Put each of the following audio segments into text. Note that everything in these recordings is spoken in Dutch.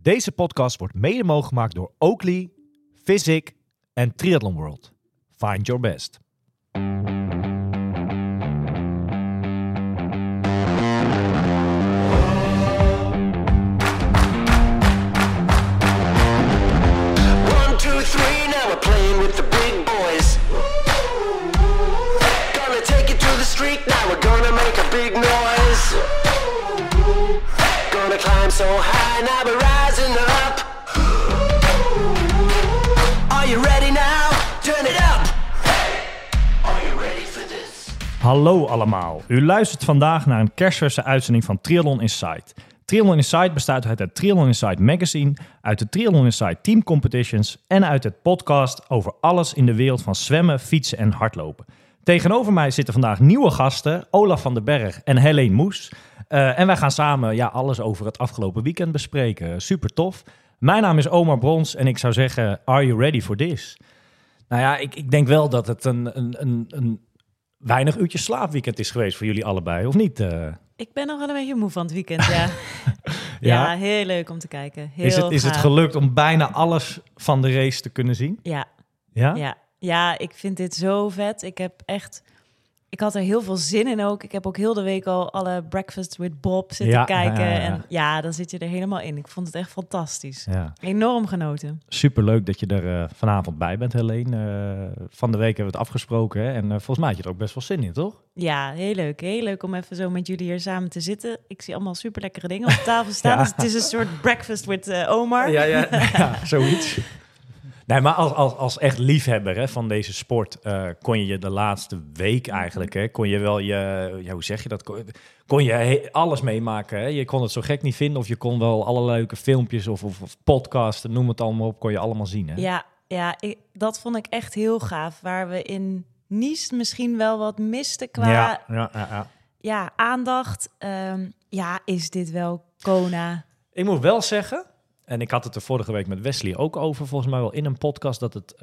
Deze podcast wordt mede mogelijk gemaakt door Oakley, Physic en Triathlon World. Find your best. So high, now we're rising up. Are you ready now? Turn it up. Hey, are you ready for this? Hallo allemaal. U luistert vandaag naar een kerstverse uitzending van Triathlon Insight. Triathlon Insight bestaat uit het Triathlon Insight magazine, uit de Triathlon Insight team competitions en uit het podcast over alles in de wereld van zwemmen, fietsen en hardlopen. Tegenover mij zitten vandaag nieuwe gasten, Olaf van den Berg en Helene Moes. En wij gaan samen alles over het afgelopen weekend bespreken. Super tof. Mijn naam is Omar Brons en ik zou zeggen, are you ready for this? Nou ja, ik denk wel dat het een weinig uurtjes slaapweekend is geweest voor jullie allebei, of niet? Ik ben nog wel een beetje moe van het weekend, ja. Ja? Ja, heel leuk om te kijken. Heel Is het gelukt om bijna alles van de race te kunnen zien? Ja. Ja? Ja, ik vind dit zo vet. Ik had er heel veel zin in ook. Ik heb ook heel de week al alle Breakfast with Bob zitten kijken. Ja. En ja, dan zit je er helemaal in. Ik vond het echt fantastisch. Ja. Enorm genoten. Superleuk dat je er vanavond bij bent, Helene. Van de week hebben we het afgesproken. Hè? En volgens mij had je er ook best wel zin in, toch? Ja, heel leuk. Heel leuk om even zo met jullie hier samen te zitten. Ik zie allemaal super lekkere dingen op tafel staan. Ja. Dus het is een soort Breakfast with Omar. Ja, zoiets. Nee, maar als echt liefhebber van deze sport kon je de laatste week eigenlijk, kon je wel hoe zeg je dat? Kon je alles meemaken. Hè? Je kon het zo gek niet vinden of je kon wel allerlei leuke filmpjes of podcasten, noem het allemaal op, kon je allemaal zien. Hè? Dat vond ik echt heel gaaf. Waar we in Nice misschien wel wat misten qua aandacht. Is dit wel Kona? Ik moet wel zeggen, en ik had het er vorige week met Wesley ook over, volgens mij wel in een podcast, dat het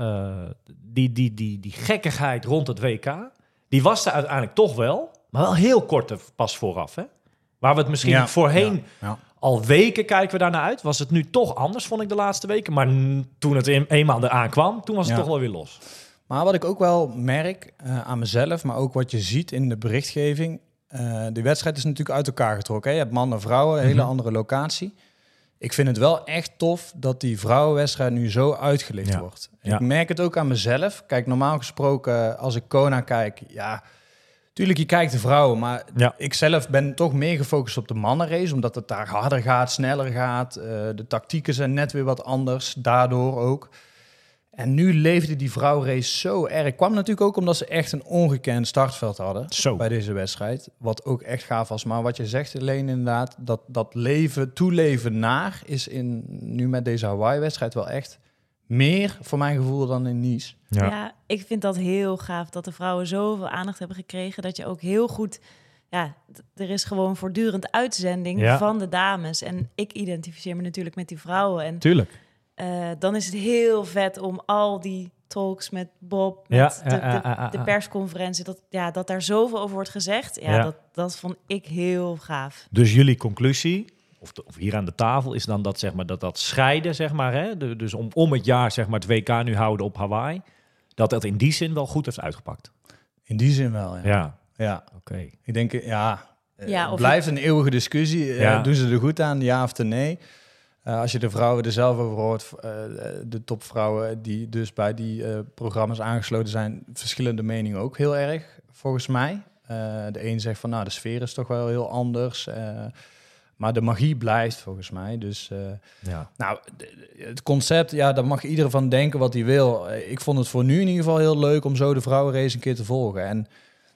die gekkigheid rond het WK, die was er uiteindelijk toch wel, maar wel heel kort pas vooraf. Hè? Waar we het misschien voorheen al weken kijken we daarnaar uit, was het nu toch anders, vond ik de laatste weken. Maar toen het eenmaal eraan kwam, toen was het toch wel weer los. Maar wat ik ook wel merk aan mezelf, maar ook wat je ziet in de berichtgeving, de wedstrijd is natuurlijk uit elkaar getrokken. Hè? Je hebt mannen en vrouwen, een hele andere locatie. Ik vind het wel echt tof dat die vrouwenwedstrijd nu zo uitgelicht wordt. Ja. Ik merk het ook aan mezelf. Kijk, normaal gesproken, als ik Kona kijk, tuurlijk, je kijkt de vrouwen, maar ik zelf ben toch meer gefocust op de mannenrace, omdat het daar harder gaat, sneller gaat. De tactieken zijn net weer wat anders, daardoor ook. En nu leefde die vrouwenrace zo erg. Kwam natuurlijk ook omdat ze echt een ongekend startveld hadden bij deze wedstrijd. Wat ook echt gaaf was. Maar wat je zegt, Helene, inderdaad, dat toeleven naar is nu met deze Hawaii-wedstrijd wel echt meer voor mijn gevoel dan in Nice. Ja, ik vind dat heel gaaf dat de vrouwen zoveel aandacht hebben gekregen. Dat je ook heel goed... Ja, er is gewoon voortdurend uitzending van de dames. En ik identificeer me natuurlijk met die vrouwen. En tuurlijk. Dan is het heel vet om al die talks met Bob, met de persconferentie, dat daar zoveel over wordt gezegd. Dat vond ik heel gaaf. Dus jullie conclusie, of hier aan de tafel, is dan dat, zeg maar, dat scheiden, zeg maar, hè? Dus om het jaar, zeg maar, het WK nu houden op Hawaii, dat in die zin wel goed heeft uitgepakt. In die zin wel, ja. Oké. Ik denk, het blijft een eeuwige discussie. Doen ze er goed aan, ja of nee? Als je de vrouwen er zelf over hoort, de topvrouwen die dus bij die programma's aangesloten zijn, verschillende meningen ook heel erg, volgens mij. De een zegt van, de sfeer is toch wel heel anders. Maar de magie blijft, volgens mij. Dus het concept, daar mag iedereen van denken wat hij wil. Ik vond het voor nu in ieder geval heel leuk om zo de vrouwenrace een keer te volgen.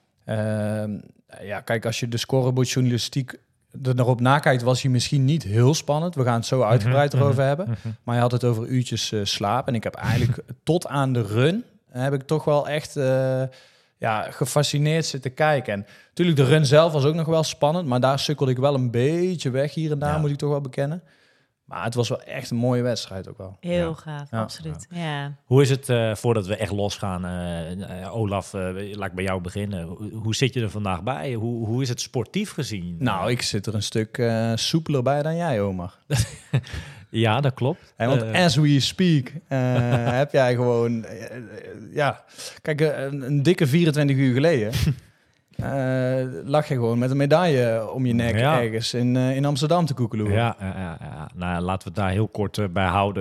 En kijk, als je de scorebordjournalistiek erop nakijkt, was hij misschien niet heel spannend. We gaan het zo uitgebreid erover hebben. Maar je had het over uurtjes slaap. En ik heb eigenlijk tot aan de run heb ik toch wel echt gefascineerd zitten kijken. En natuurlijk, de run zelf was ook nog wel spannend, maar daar sukkelde ik wel een beetje weg hier en daar, moet ik toch wel bekennen. Maar het was wel echt een mooie wedstrijd ook wel. Heel gaaf, absoluut. Ja. Hoe is het, voordat we echt losgaan, Olaf, laat ik bij jou beginnen. Hoe zit je er vandaag bij? Hoe is het sportief gezien? Nou, ik zit er een stuk soepeler bij dan jij, Omar. Ja, dat klopt. Want as we speak heb jij gewoon... kijk, een dikke 24 uur geleden... lag je gewoon met een medaille om je nek ergens in Amsterdam te koekeloeren. Ja. Nou, laten we het daar heel kort bij houden.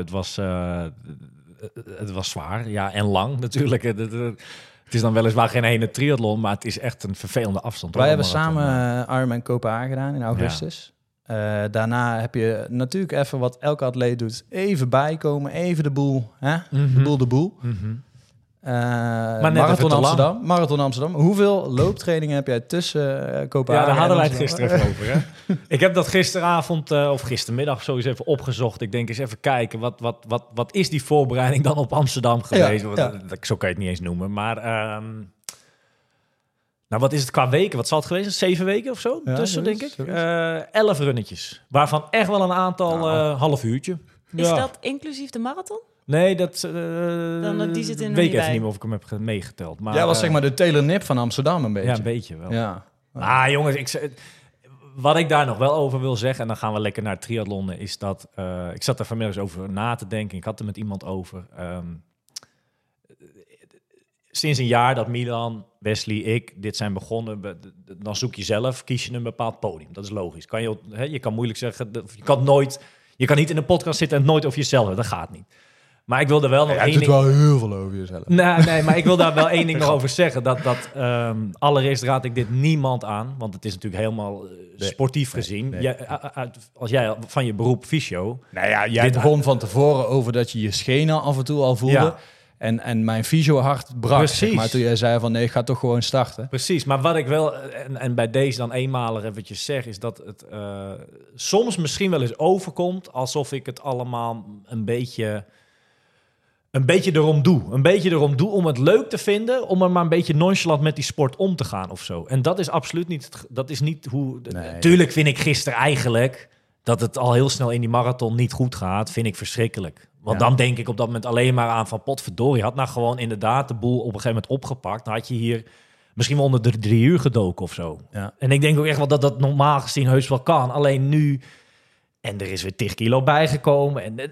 Het was zwaar, en lang natuurlijk. Het is dan weliswaar geen ene triathlon, maar het is echt een vervelende afstand. Wij hebben samen Ironman Kopenhagen gedaan in augustus. Ja. Daarna heb je natuurlijk even wat elke atleet doet. Even bijkomen, even de boel. Hè? Mm-hmm. De boel. Mm-hmm. Maar Marathon Amsterdam. Hoeveel looptrainingen heb jij tussen Kopenhagen? Ja, daar hadden wij het gisteren even over. Hè? Ik heb dat gisteravond of gistermiddag sowieso even opgezocht. Ik denk eens even kijken, wat is die voorbereiding dan op Amsterdam geweest? Zo kan je het niet eens noemen. Maar wat is het qua weken? Wat zal het geweest? 7 weken of zo? Tussen, denk ik. 11 runnetjes. Waarvan echt wel een aantal half uurtje. Is dat inclusief de marathon? Nee, die zit in weet ik even niet meer of ik hem heb meegeteld. Maar was zeg maar de Taylor Nip van Amsterdam een beetje. Ja, een beetje wel. Ja. Ah, jongens, wat ik daar nog wel over wil zeggen... en dan gaan we lekker naar het triathlon... is dat... ik zat er vanmiddag over na te denken. Ik had er met iemand over. Sinds een jaar dat Milan, Wesley, ik dit zijn begonnen... dan zoek je zelf, kies je een bepaald podium. Dat is logisch. Je kan moeilijk zeggen... Je kan niet in een podcast zitten en het nooit over jezelf hebben. Dat gaat niet. Maar ik wil er wel nog één ding... Je doet wel heel veel over jezelf. Nee, maar ik wil daar wel één ding nog over zeggen. Allereerst raad ik dit niemand aan. Want het is natuurlijk helemaal sportief gezien. Nee. Als jij van je beroep fysio... Nou ja, jij begon van tevoren over dat je schenen af en toe al voelde... Ja. En mijn fysio-hart brak. Precies. Zeg maar toen jij zei van nee, ik ga toch gewoon starten. Precies, maar wat ik wel, en bij deze dan eenmalig eventjes zeg... is dat het soms misschien wel eens overkomt... alsof ik het allemaal een beetje erom doe. Een beetje erom doe om het leuk te vinden... om er maar een beetje nonchalant met die sport om te gaan of zo. En dat is absoluut niet... Dat is niet hoe... Nee. Tuurlijk vind ik gisteren eigenlijk... dat het al heel snel in die marathon niet goed gaat... vind ik verschrikkelijk. Want dan denk ik op dat moment alleen maar aan van... potverdorie, had nou gewoon inderdaad de boel op een gegeven moment opgepakt... dan had je hier misschien wel onder de 3 uur gedoken of zo. Ja. En ik denk ook echt wel dat dat normaal gezien heus wel kan. Alleen nu... en er is weer 10 kilo bijgekomen. En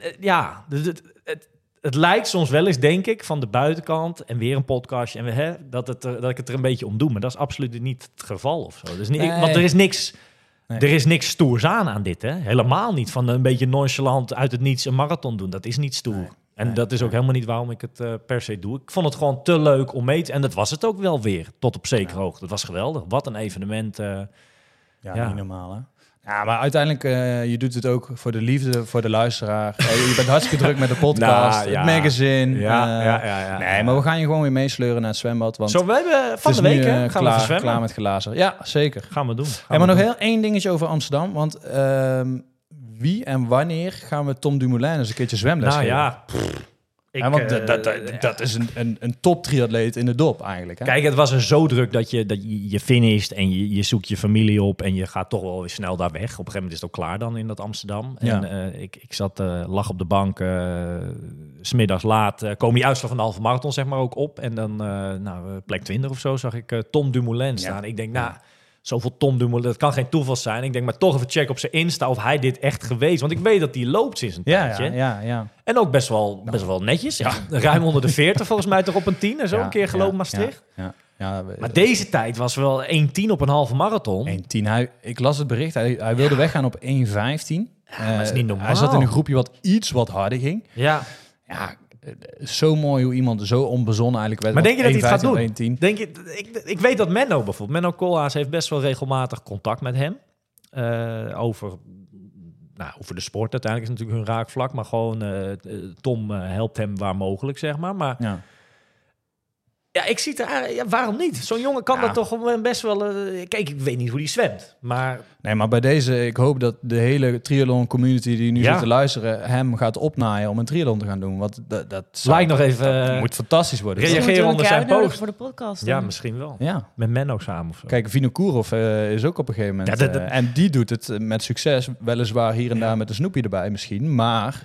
het lijkt soms wel eens, denk ik, van de buitenkant... en weer een podcastje, en dat ik het er een beetje om doe. Maar dat is absoluut niet het geval of zo. Dus want er is niks... Nee. Er is niks stoers aan dit, hè? Helemaal niet. Van een beetje nonchalant uit het niets een marathon doen. Dat is niet stoer. En dat is ook helemaal niet waarom ik het per se doe. Ik vond het gewoon te leuk om mee te... En dat was het ook wel weer, tot op zekere hoogte. Dat was geweldig. Wat een evenement. Niet normaal, hè? Ja, maar uiteindelijk, je doet het ook voor de liefde, voor de luisteraar. Je bent hartstikke druk met de podcast, het magazine. Nee, maar we gaan je gewoon weer meesleuren naar het zwembad. Want zo, we hebben van de week gaan we zwemmen. Klaar met glazen. Ja, zeker. Gaan we doen. Maar nog heel één dingetje over Amsterdam. Want wie en wanneer gaan we Tom Dumoulin eens een keertje zwemles geven? Ja, want dat is een top triatleet in de dop eigenlijk. Hè? Kijk, het was er zo druk dat je finisht en je zoekt je familie op en je gaat toch wel weer snel daar weg. Op een gegeven moment is het ook klaar dan in dat Amsterdam. Ja. En ik lag op de bank, 's middags laat, komen die uitslag van de halve marathon zeg maar ook op. En dan plek 20 of zo zag ik Tom Dumoulin staan. Ja. Ik denk, zoveel Tom Dumoulin, dat kan geen toeval zijn. Ik denk, maar toch even checken op zijn Insta of hij dit echt geweest. Want ik weet dat hij loopt sinds een tijdje. Ja. En ook best wel netjes. Ja. Ruim onder de 40 volgens mij toch op een 10 en zo een keer gelopen Maastricht. Ja, maar deze tijd was wel 1:10 op een halve marathon. 1:10. Ik las het bericht. Hij wilde weggaan op 1:15. Dat is niet normaal. Hij zat in een groepje wat harder ging. Ja. Zo mooi hoe iemand zo onbezonnen eigenlijk werd. Maar denk je dat hij het gaat doen? Denk je, ik weet dat Menno bijvoorbeeld... Menno Koolhaas heeft best wel regelmatig contact met hem. Over de sport uiteindelijk is natuurlijk hun raakvlak. Maar gewoon Tom helpt hem waar mogelijk, zeg maar. Maar ja, ik zie het eigenlijk... waarom niet? Zo'n jongen kan dat toch best wel... kijk, ik weet niet hoe die zwemt, maar... Nee, maar bij deze... Ik hoop dat de hele triathlon community die nu zit te luisteren... hem gaat opnaaien om een triathlon te gaan doen. Want dat moet fantastisch worden. Reageren onder zijn post. Voor de podcast. Ja, misschien wel. Ja. Met Menno samen of zo. Kijk, Vinokourov is ook op een gegeven moment... en die doet het met succes. Weliswaar hier en daar met een snoepje erbij misschien. Maar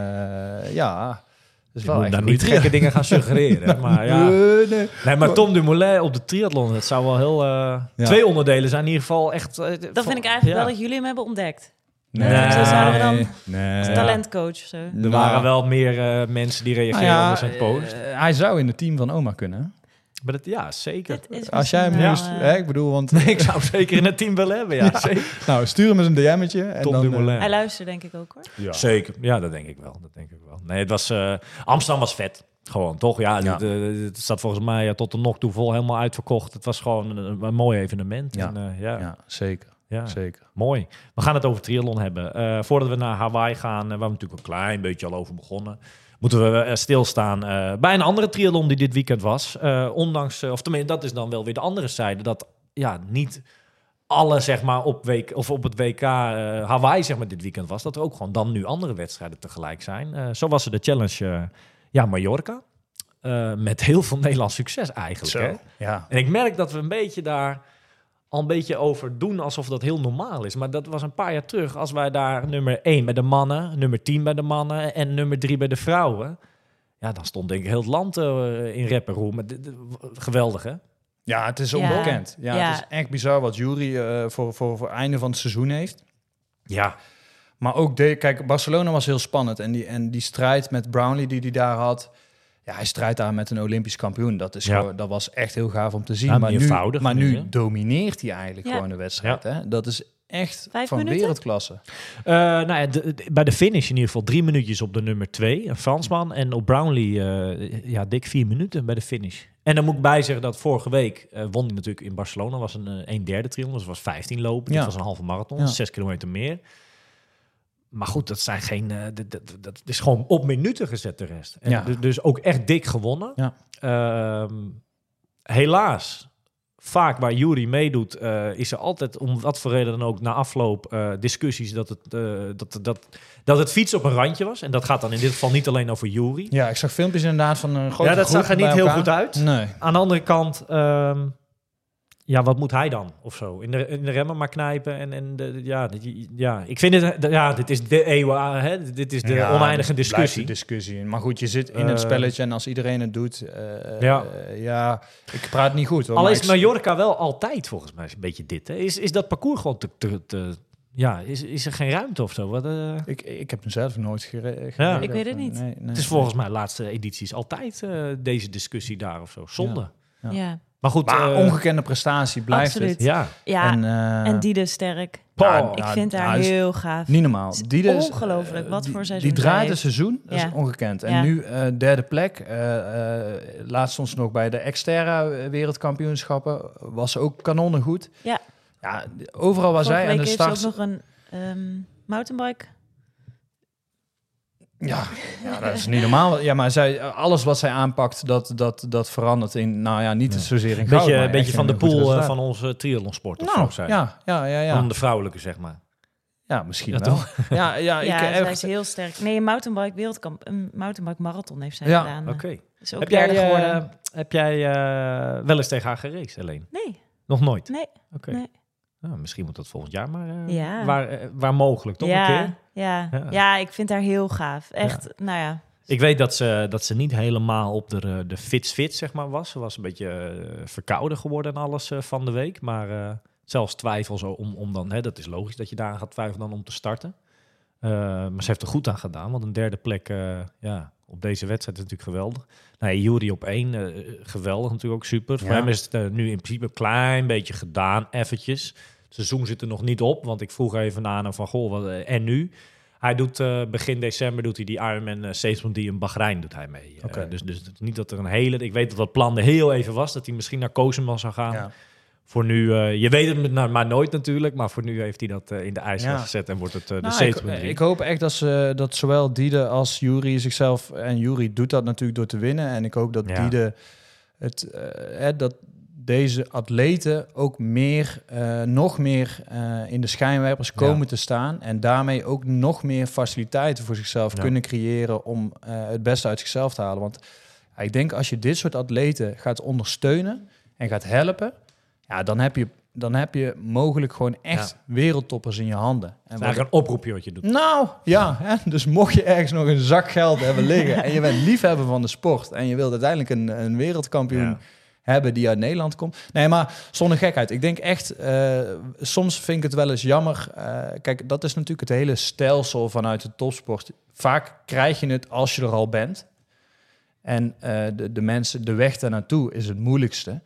Dus je moet daar niet gekke dingen gaan suggereren. Maar nee, maar Tom Dumoulin op de triathlon, het zou wel heel... 2 onderdelen zijn in ieder geval echt... dat vind ik eigenlijk wel dat jullie hem hebben ontdekt. Zo zouden we dan als talentcoach of zo. Er waren wel meer mensen die reageerden onder zijn post. Hij zou in het team van oma kunnen. Maar ja, zeker. Als jij hem nu... ik bedoel, want... Nee, ik zou hem zeker in het team willen hebben, ja. Zeker. Nou, stuur hem eens een DM'tje. En Tom Dumoulin. Hij luistert denk ik ook, hoor. Ja. Zeker. Ja, dat denk ik wel. Nee, het was... Amsterdam was vet. Gewoon, toch? Ja, het staat volgens mij tot de nog toe vol helemaal uitverkocht. Het was gewoon een mooi evenement. Ja, en, zeker. Ja, zeker. Mooi. We gaan het over triathlon hebben. Voordat we naar Hawaii gaan, waar we natuurlijk een klein beetje al over begonnen, moeten we stilstaan bij een andere triathlon die dit weekend was. Ondanks, of tenminste, dat is dan wel weer de andere zijde, dat niet alle, zeg maar, op het WK Hawaii, zeg maar, dit weekend was, dat er ook gewoon dan nu andere wedstrijden tegelijk zijn. Zo was er de challenge Mallorca. Met heel veel Nederlands succes eigenlijk. Hè? Ja. En ik merk dat we een beetje daar al een beetje over doen alsof dat heel normaal is. Maar dat was een paar jaar terug, als wij daar nummer 1 bij de mannen, nummer 10 bij de mannen en nummer 3 bij de vrouwen. Ja, dan stond denk ik heel het land in rep en roer. Geweldig, hè? Ja, het is onbekend. Ja. Het is echt bizar wat Jury voor het einde van het seizoen heeft. Ja. Maar ook, kijk, Barcelona was heel spannend. En die strijd met Brownlee die hij daar had. Ja, hij strijdt daar met een Olympisch kampioen. Dat was echt heel gaaf om te zien. Ja, maar nu domineert hij eigenlijk gewoon de wedstrijd. Ja. Hè? Dat is echt 5 van minuten? Wereldklasse. Bij de finish in ieder geval 3 minuutjes op de nummer 2, een Fransman. En op Brownlee dik 4 minuten bij de finish. En dan moet ik bijzeggen dat vorige week won hij natuurlijk in Barcelona. Was een 1/3 triathlon, dus was 15 lopen. Dit was een halve marathon, 6 kilometer meer. Maar goed, dat zijn geen. Dat is gewoon op minuten gezet, de rest. En dus ook echt dik gewonnen. Ja. Helaas, vaak waar Jury meedoet, is er altijd, om wat voor reden dan ook, na afloop discussies dat het fietsen op een randje was. En dat gaat dan in dit geval niet alleen over Jury. Ja, ik zag filmpjes inderdaad van een grote groep. Ja, dat zag er niet heel goed uit. Nee. Aan de andere kant, wat moet hij dan of zo? In de remmen maar knijpen ik vind het, dit is de eeuwen, hè? Dit is de oneindige discussie. Maar goed, je zit in het spelletje en als iedereen het doet, ik praat niet goed. Hoor, al is Mallorca wel altijd volgens mij een beetje dit. Hè? Is dat parcours gewoon is er geen ruimte of zo? Ik heb hem zelf nooit gereden. Ik weet het niet. Nee. Het is volgens mij de laatste edities altijd deze discussie daar of zo. Zonde. Ja. Maar goed, ongekende prestatie blijft absoluut. het. Ja. En Diede sterk. Ik vind haar heel gaaf. Niet normaal. Diede is ongelooflijk. Wat voor seizoen. Die draait het seizoen, dat is ongekend. En nu 3e plek. Laatst ons nog bij de Xterra wereldkampioenschappen. Was ze ook kanonnengoed. Ja. Ja, overal waar zij aan de start... Vorige week heeft ze ook nog een mountainbike. Ja, dat is niet normaal. Ja, maar alles wat zij aanpakt, dat verandert in, niet zozeer in goud. Een beetje van de pool van onze triathlonsport of zo zijn. Ja. Van de vrouwelijke, zeg maar. Ja, misschien wel. Zij is heel sterk. Nee, een mountainbike marathon heeft zij gedaan. Oké. Is ook derde geworden. Heb jij wel eens tegen haar geraced, Helene? Nee. Nog nooit? Nee. Oké. Nee. Nou, misschien moet dat volgend jaar maar waar mogelijk, toch een keer? Ja, ik vind haar heel gaaf. Echt, Ik weet dat ze niet helemaal op de fit, zeg maar, was. Ze was een beetje verkouden geworden en alles van de week. Maar zelfs twijfels om dan... dat is logisch dat je daar gaat twijfelen dan om te starten. Maar ze heeft er goed aan gedaan, want een 3e plek op deze wedstrijd is natuurlijk geweldig. Jury op 1, geweldig natuurlijk ook, super. Voor hem is het nu in principe een klein beetje gedaan, eventjes. Het seizoen zit er nog niet op, want ik vroeg even aan hem van, en nu? Hij doet begin december doet hij die Ironman 70 in Bahrein doet hij mee. Okay. Dus niet dat er een hele... Ik weet dat dat plan er heel even was, dat hij misschien naar Kozeman zou gaan. Ja. Voor nu, je weet het maar nooit natuurlijk, maar voor nu heeft hij dat in de ijskast gezet en wordt het de 70. Ik hoop echt dat zowel Diede als Jury zichzelf... En Jury doet dat natuurlijk door te winnen. En ik hoop dat Diede dat deze atleten ook nog meer in de schijnwerpers komen te staan. En daarmee ook nog meer faciliteiten voor zichzelf kunnen creëren om het beste uit zichzelf te halen. Want ik denk als je dit soort atleten gaat ondersteunen en gaat helpen... Ja, dan heb je mogelijk gewoon echt wereldtoppers in je handen. En eigenlijk een oproepje wat je doet. Nou, dus mocht je ergens nog een zak geld hebben liggen... en je bent liefhebber van de sport... en je wilt uiteindelijk een wereldkampioen hebben die uit Nederland komt. Nee, maar zonder gekheid. Ik denk echt, soms vind ik het wel eens jammer. Kijk, dat is natuurlijk het hele stelsel vanuit de topsport. Vaak krijg je het als je er al bent. En de mensen, de weg daar naartoe is het moeilijkste.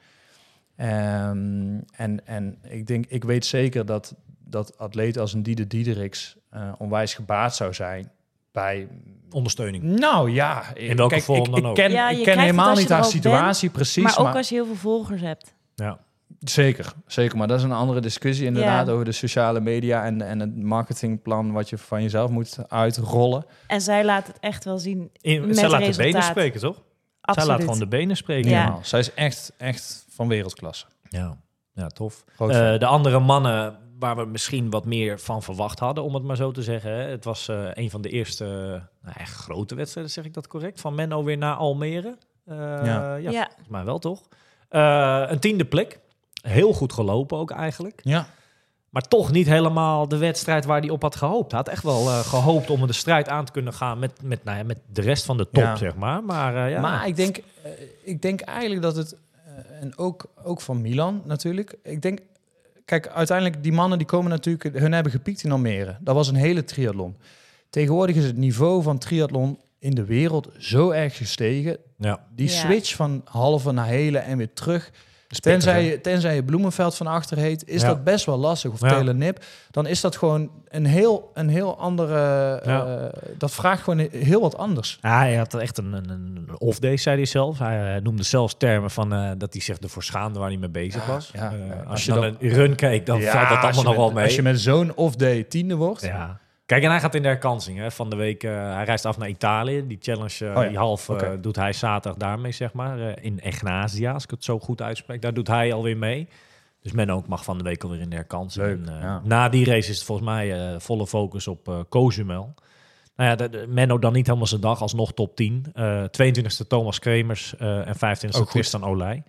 En ik weet zeker dat atleten als een Dieder Diedericks onwijs gebaat zou zijn bij ondersteuning. Nou ja, in welke vorm dan ook. Ik ken helemaal niet haar situatie precies. Maar ook als je heel veel volgers hebt. Ja. Zeker. Maar dat is een andere discussie inderdaad over de sociale media en het marketingplan wat je van jezelf moet uitrollen. En zij laat het echt wel zien met zij laat resultaat. de benen spreken, toch? Absoluut. Zij laat gewoon de benen spreken. Ja. Zij is echt van wereldklasse. Ja, tof. De andere mannen waar we misschien wat meer van verwacht hadden, om het maar zo te zeggen. Hè. Het was een van de eerste echt grote wedstrijden, zeg ik dat correct, van Menno weer naar Almere. Volgens mij wel, toch? Een 10e plek. Heel goed gelopen ook eigenlijk. Ja. Maar toch niet helemaal de wedstrijd waar hij op had gehoopt. Hij had echt wel gehoopt om de strijd aan te kunnen gaan met de rest van de top, zeg maar. Maar ik denk eigenlijk dat het, en ook van Milan natuurlijk, ik denk, kijk, uiteindelijk die mannen die komen natuurlijk, hun hebben gepiekt in Almere. Dat was een hele triathlon. Tegenwoordig is het niveau van triathlon in de wereld zo erg gestegen. Ja. Die switch van halve naar hele en weer terug. Tenzij je Bloemenveld van achter heet, is dat best wel lastig. Of Telenip. Dan is dat gewoon een heel andere... dat vraagt gewoon heel wat anders. Ja, hij had echt een off-day, zei hij zelf. Hij noemde zelfs termen van dat hij zich ervoor schaamde waar hij mee bezig was. Als je dan een run keek, dan valt dat allemaal nog wel mee. Als je met zo'n off-day 10e wordt... Ja. Kijk, en hij gaat in de herkansing van de week. Hij reist af naar Italië. Die challenge, die half doet hij zaterdag daarmee, zeg maar. In Egnasia, als ik het zo goed uitspreek. Daar doet hij alweer mee. Dus men ook mag van de week alweer in de herkansing. Leuk, Na die race is het volgens mij volle focus op Cozumel. Nou ja, Menno dan niet helemaal zijn dag, alsnog top 10. 22e Thomas Kremers en 25e Tristan Olij.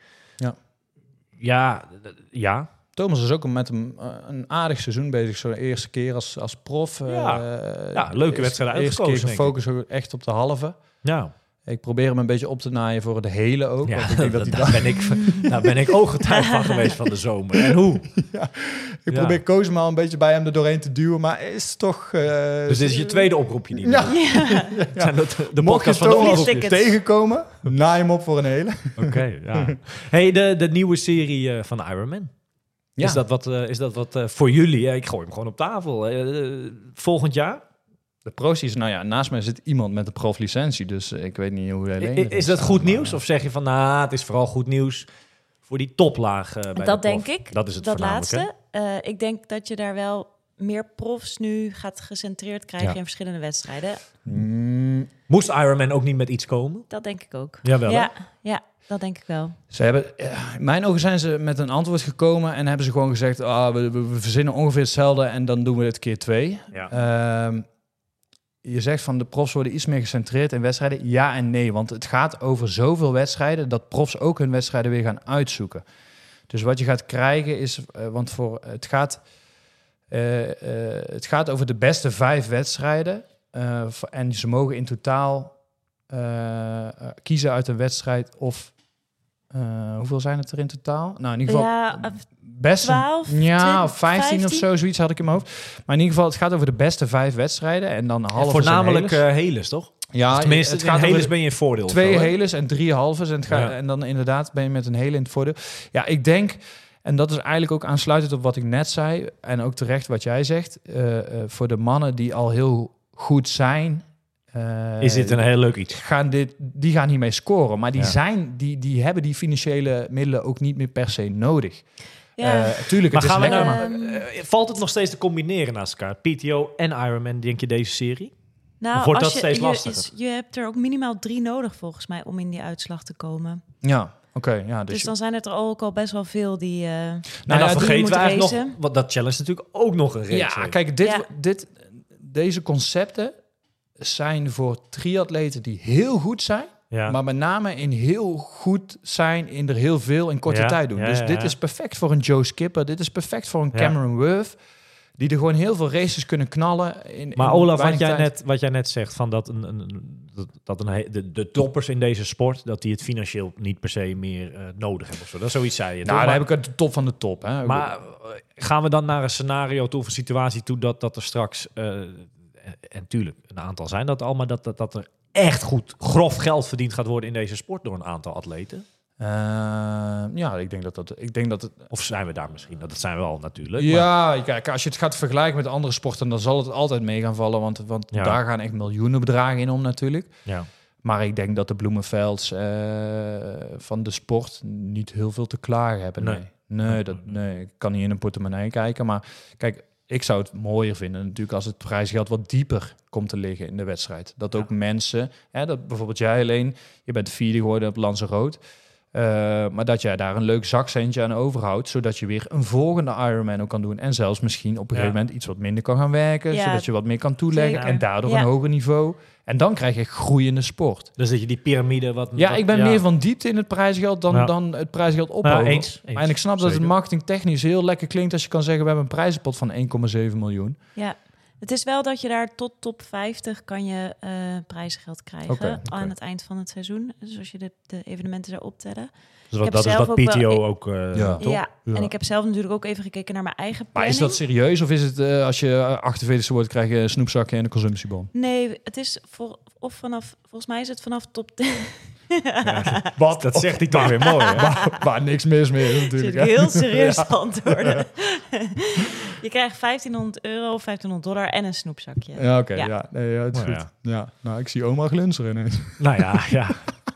Ja. Thomas is ook met een aardig seizoen bezig. Zo'n eerste keer als prof. Leuke wedstrijd uitgekozen. Eerste keer focus ook echt op de halve. Ja. Ik probeer hem een beetje op te naaien voor de hele ook. Ja, want ik denk daar ben ik ooggetuige van geweest van de zomer. En hoe? Ik probeer Cozumel een beetje bij hem er doorheen te duwen, maar is toch... dus dit is je tweede oproepje niet? Ja. De podcast van Thomas tegenkomen, naai hem op voor een hele. Oké. Hey, de nieuwe serie van Ironman. Ja. Is dat wat voor jullie? Ik gooi hem gewoon op tafel. Volgend jaar? De pro's, naast mij zit iemand met een proflicentie, dus ik weet niet hoe hij leent. Is dat goed nieuws? Of zeg je van, het is vooral goed nieuws voor die toplaag bij dat de denk ik. Dat is het dat laatste. Ik denk dat je daar wel meer profs nu gaat gecentreerd krijgen in verschillende wedstrijden. Moest Ironman ook niet met iets komen? Dat denk ik ook. Jawel, ja, dat denk ik wel. Ze hebben, in mijn ogen zijn ze met een antwoord gekomen en hebben ze gewoon gezegd, we verzinnen ongeveer hetzelfde en dan doen we het keer 2. Ja. Je zegt van de profs worden iets meer gecentreerd in wedstrijden. Ja en nee, want het gaat over zoveel wedstrijden dat profs ook hun wedstrijden weer gaan uitzoeken. Dus wat je gaat krijgen is, het gaat over de beste 5 wedstrijden. En ze mogen in totaal kiezen uit een wedstrijd of... hoeveel zijn het er in totaal? Nou, in ieder geval... best 12, 20, of 15 of zo, zoiets had ik in mijn hoofd. Maar in ieder geval, het gaat over de beste 5 wedstrijden. En dan halve voornamelijk heles, toch? Ja, dus tenminste, het gaat heles ben je in voordeel. 2 heles en 3 halves. En dan inderdaad ben je met een hele in het voordeel. Ja, ik denk... En dat is eigenlijk ook aansluitend op wat ik net zei. En ook terecht wat jij zegt. Voor de mannen die al heel goed zijn... is dit een heel leuk iets? Die gaan hiermee scoren. Maar die hebben die financiële middelen ook niet meer per se nodig. Ja. Tuurlijk, maar het is lekker. Valt het nog steeds te combineren naast elkaar? PTO en Ironman, denk je, deze serie? Nou, wordt dat steeds lastiger? Je hebt er ook minimaal 3 nodig, volgens mij, om in die uitslag te komen. Ja. Okay, dus dan zijn het er ook al best wel veel die. En dan vergeten we eigenlijk nog, want dat challenge is natuurlijk ook nog een reeks. Ja, kijk, deze concepten zijn voor triatleten die heel goed zijn, maar met name in heel goed zijn in er heel veel in korte tijd doen. Dus dit is perfect voor een Joe Skipper, dit is perfect voor een Cameron Worth. Die er gewoon heel veel races kunnen knallen. Maar Olaf, wat jij net zegt, van de toppers in deze sport, dat die het financieel niet per se meer nodig hebben. Of zo. Dat is zoiets, zei je. Nou, dan heb ik het de top van de top. Hè? Maar gaan we dan naar een scenario toe, of een situatie toe, dat er straks, en tuurlijk, een aantal zijn dat al, maar dat er echt goed, grof geld verdiend gaat worden in deze sport door een aantal atleten? Ja, ik denk dat het... Of zijn we daar misschien? Dat zijn we al natuurlijk. Ja, maar... kijk, als je het gaat vergelijken met andere sporten, dan zal het altijd mee gaan vallen, want daar gaan echt miljoenen bedragen in om natuurlijk. Ja. Maar ik denk dat de Bloemenvelds van de sport niet heel veel te klagen hebben. Nee, ik kan niet in een portemonnee kijken, maar kijk, ik zou het mooier vinden natuurlijk als het prijsgeld wat dieper komt te liggen in de wedstrijd. Dat ook mensen, dat bijvoorbeeld jij alleen, je bent 4e geworden op Lanzarote, maar dat jij daar een leuk zakcentje aan overhoudt, zodat je weer een volgende Ironman ook kan doen. En zelfs misschien op een gegeven moment iets wat minder kan gaan werken, zodat je wat meer kan toeleggen en daardoor een hoger niveau. En dan krijg je groeiende sport. Dus dat je die piramide ik ben meer van diepte in het prijsgeld dan het prijsgeld ophogen. Eens. En ik snap dat het marketingtechnisch heel lekker klinkt als je kan zeggen, we hebben een prijzenpot van 1,7 miljoen. Ja. Het is wel dat je daar tot top 50 kan je prijzengeld krijgen aan het eind van het seizoen. Dus als je de evenementen zou optellen. Dus dat is wat PTO ook ja, en ik heb zelf natuurlijk ook even gekeken naar mijn eigen planning. Maar is dat serieus of is het als je 48e wordt krijg je een snoepzakje en een consumptiebon? Nee, het is volgens mij is het vanaf top 10. Wat? Dat zegt hij toch weer mooi. Waar niks mis mee is natuurlijk. Zit heel serieus antwoorden. Je krijgt €1500 of $1500 en een snoepzakje. Ja, oké. Ja, het is goed. Ja. Nou, ik zie oma glinsteren ineens. Nou ja.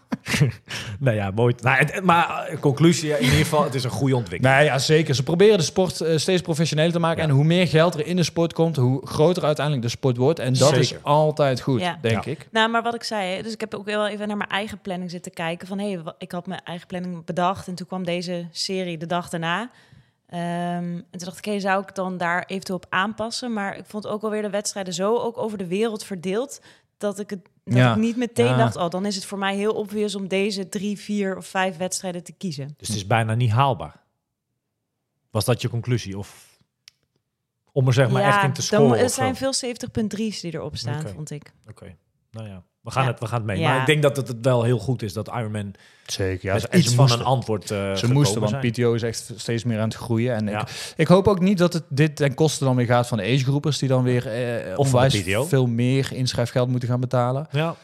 Nou ja, mooi. Maar conclusie, in ieder geval, het is een goede ontwikkeling. Nee, ja, zeker. Ze proberen de sport steeds professioneler te maken. Ja. En hoe meer geld er in de sport komt, hoe groter uiteindelijk de sport wordt. En dat is altijd goed, denk ik. Nou, maar wat ik zei, dus ik heb ook wel even naar mijn eigen planning zitten kijken. Van, ik had mijn eigen planning bedacht. En toen kwam deze serie de dag daarna. En toen dacht ik, zou ik dan daar eventueel op aanpassen? Maar ik vond ook alweer de wedstrijden zo ook over de wereld verdeeld, dat ik ik niet meteen dacht, dan is het voor mij heel obvious om deze 3, 4 of 5 wedstrijden te kiezen. Dus het is bijna niet haalbaar. Was dat je conclusie? Of om er echt in te scoren? Er zijn veel 70.3's die erop staan, vond ik. Oké. Nou ja, we gaan het mee. Ja. Maar ik denk dat het wel heel goed is dat Ironman zeker iets van een antwoord ze moesten, want PTO is echt steeds meer aan het groeien. En ik hoop ook niet dat dit ten koste dan weer gaat van de agegroepers die dan weer onwijs veel meer inschrijfgeld moeten gaan betalen. Ja.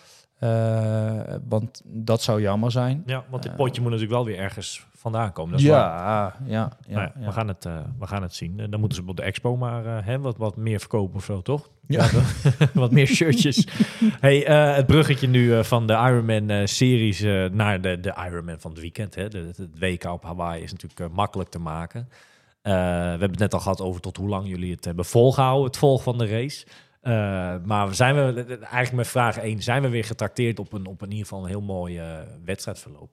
Want dat zou jammer zijn. Ja, want dit potje moet natuurlijk wel weer ergens vandaan komen. Dat is we gaan het zien. Dan moeten ze op de expo maar wat meer verkopen of zo, toch? Ja. Wat meer shirtjes. Het bruggetje nu van de Ironman-series naar de Ironman van het weekend. Hè. Het WK op Hawaii is natuurlijk makkelijk te maken. We hebben het net al gehad over tot hoe lang jullie het hebben volgehouden, het volgen van de race. Maar zijn we eigenlijk met vraag 1, zijn we weer getrakteerd op in ieder geval een heel mooi wedstrijdverloop?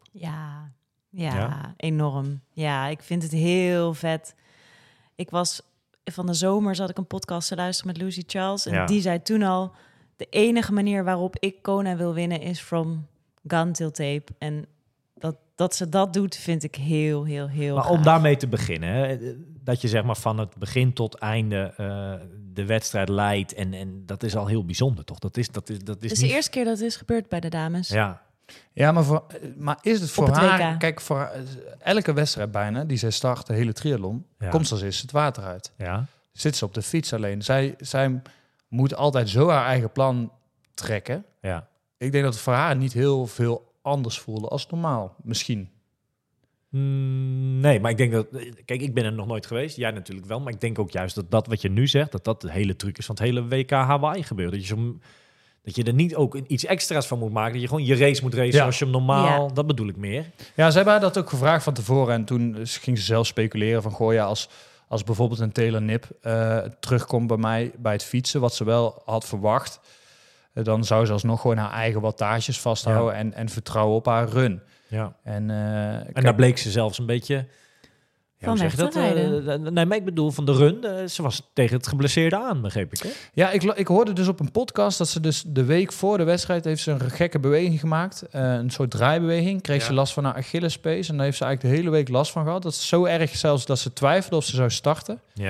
Ja, enorm. Ja, ik vind het heel vet. Van de zomer zat ik een podcast te luisteren met Lucy Charles. En die zei toen al, de enige manier waarop ik Kona wil winnen is from gun till tape. En dat ze dat doet, vind ik heel, heel, heel Maar gaaf. Om daarmee te beginnen, hè, dat je zeg maar van het begin tot einde de wedstrijd leidt. En dat is al heel bijzonder, toch? Dat is het is de eerste keer dat het is gebeurd bij de dames. Ja, maar is het voor haar... Kijk, voor elke wedstrijd bijna, die zij start, de hele triathlon, komt ze eens het water uit. Ja. Zit ze op de fiets alleen. Zij moet altijd zo haar eigen plan trekken. Ja. Ik denk dat het voor haar niet heel veel anders voelde als normaal, misschien. Nee, maar ik denk dat... Kijk, ik ben er nog nooit geweest. Jij natuurlijk wel. Maar ik denk ook juist dat wat je nu zegt, dat de hele truc is van het hele WK Hawaii gebeurt. Dat je er niet ook iets extra's van moet maken. Dat je gewoon je race moet racen als je hem normaal... Dat bedoel ik meer. Ja, ze hebben haar dat ook gevraagd van tevoren. En toen ging ze zelf speculeren van... als bijvoorbeeld een Taylor Nip terugkomt bij mij bij het fietsen... wat ze wel had verwacht... dan zou ze alsnog gewoon haar eigen wattages vasthouden... En vertrouwen op haar run. Ja. En daar bleek ze zelfs een beetje... Van weg te rijden. Nee, maar ik bedoel van de run. Ze was tegen het geblesseerde aan, begreep ik. Hè? Ja, ik hoorde dus op een podcast dat ze dus de week voor de wedstrijd heeft ze een gekke beweging gemaakt. Een soort draaibeweging. Kreeg ze last van haar Achillespees. En daar heeft ze eigenlijk de hele week last van gehad. Dat is zo erg zelfs dat ze twijfelde of ze zou starten. Ja.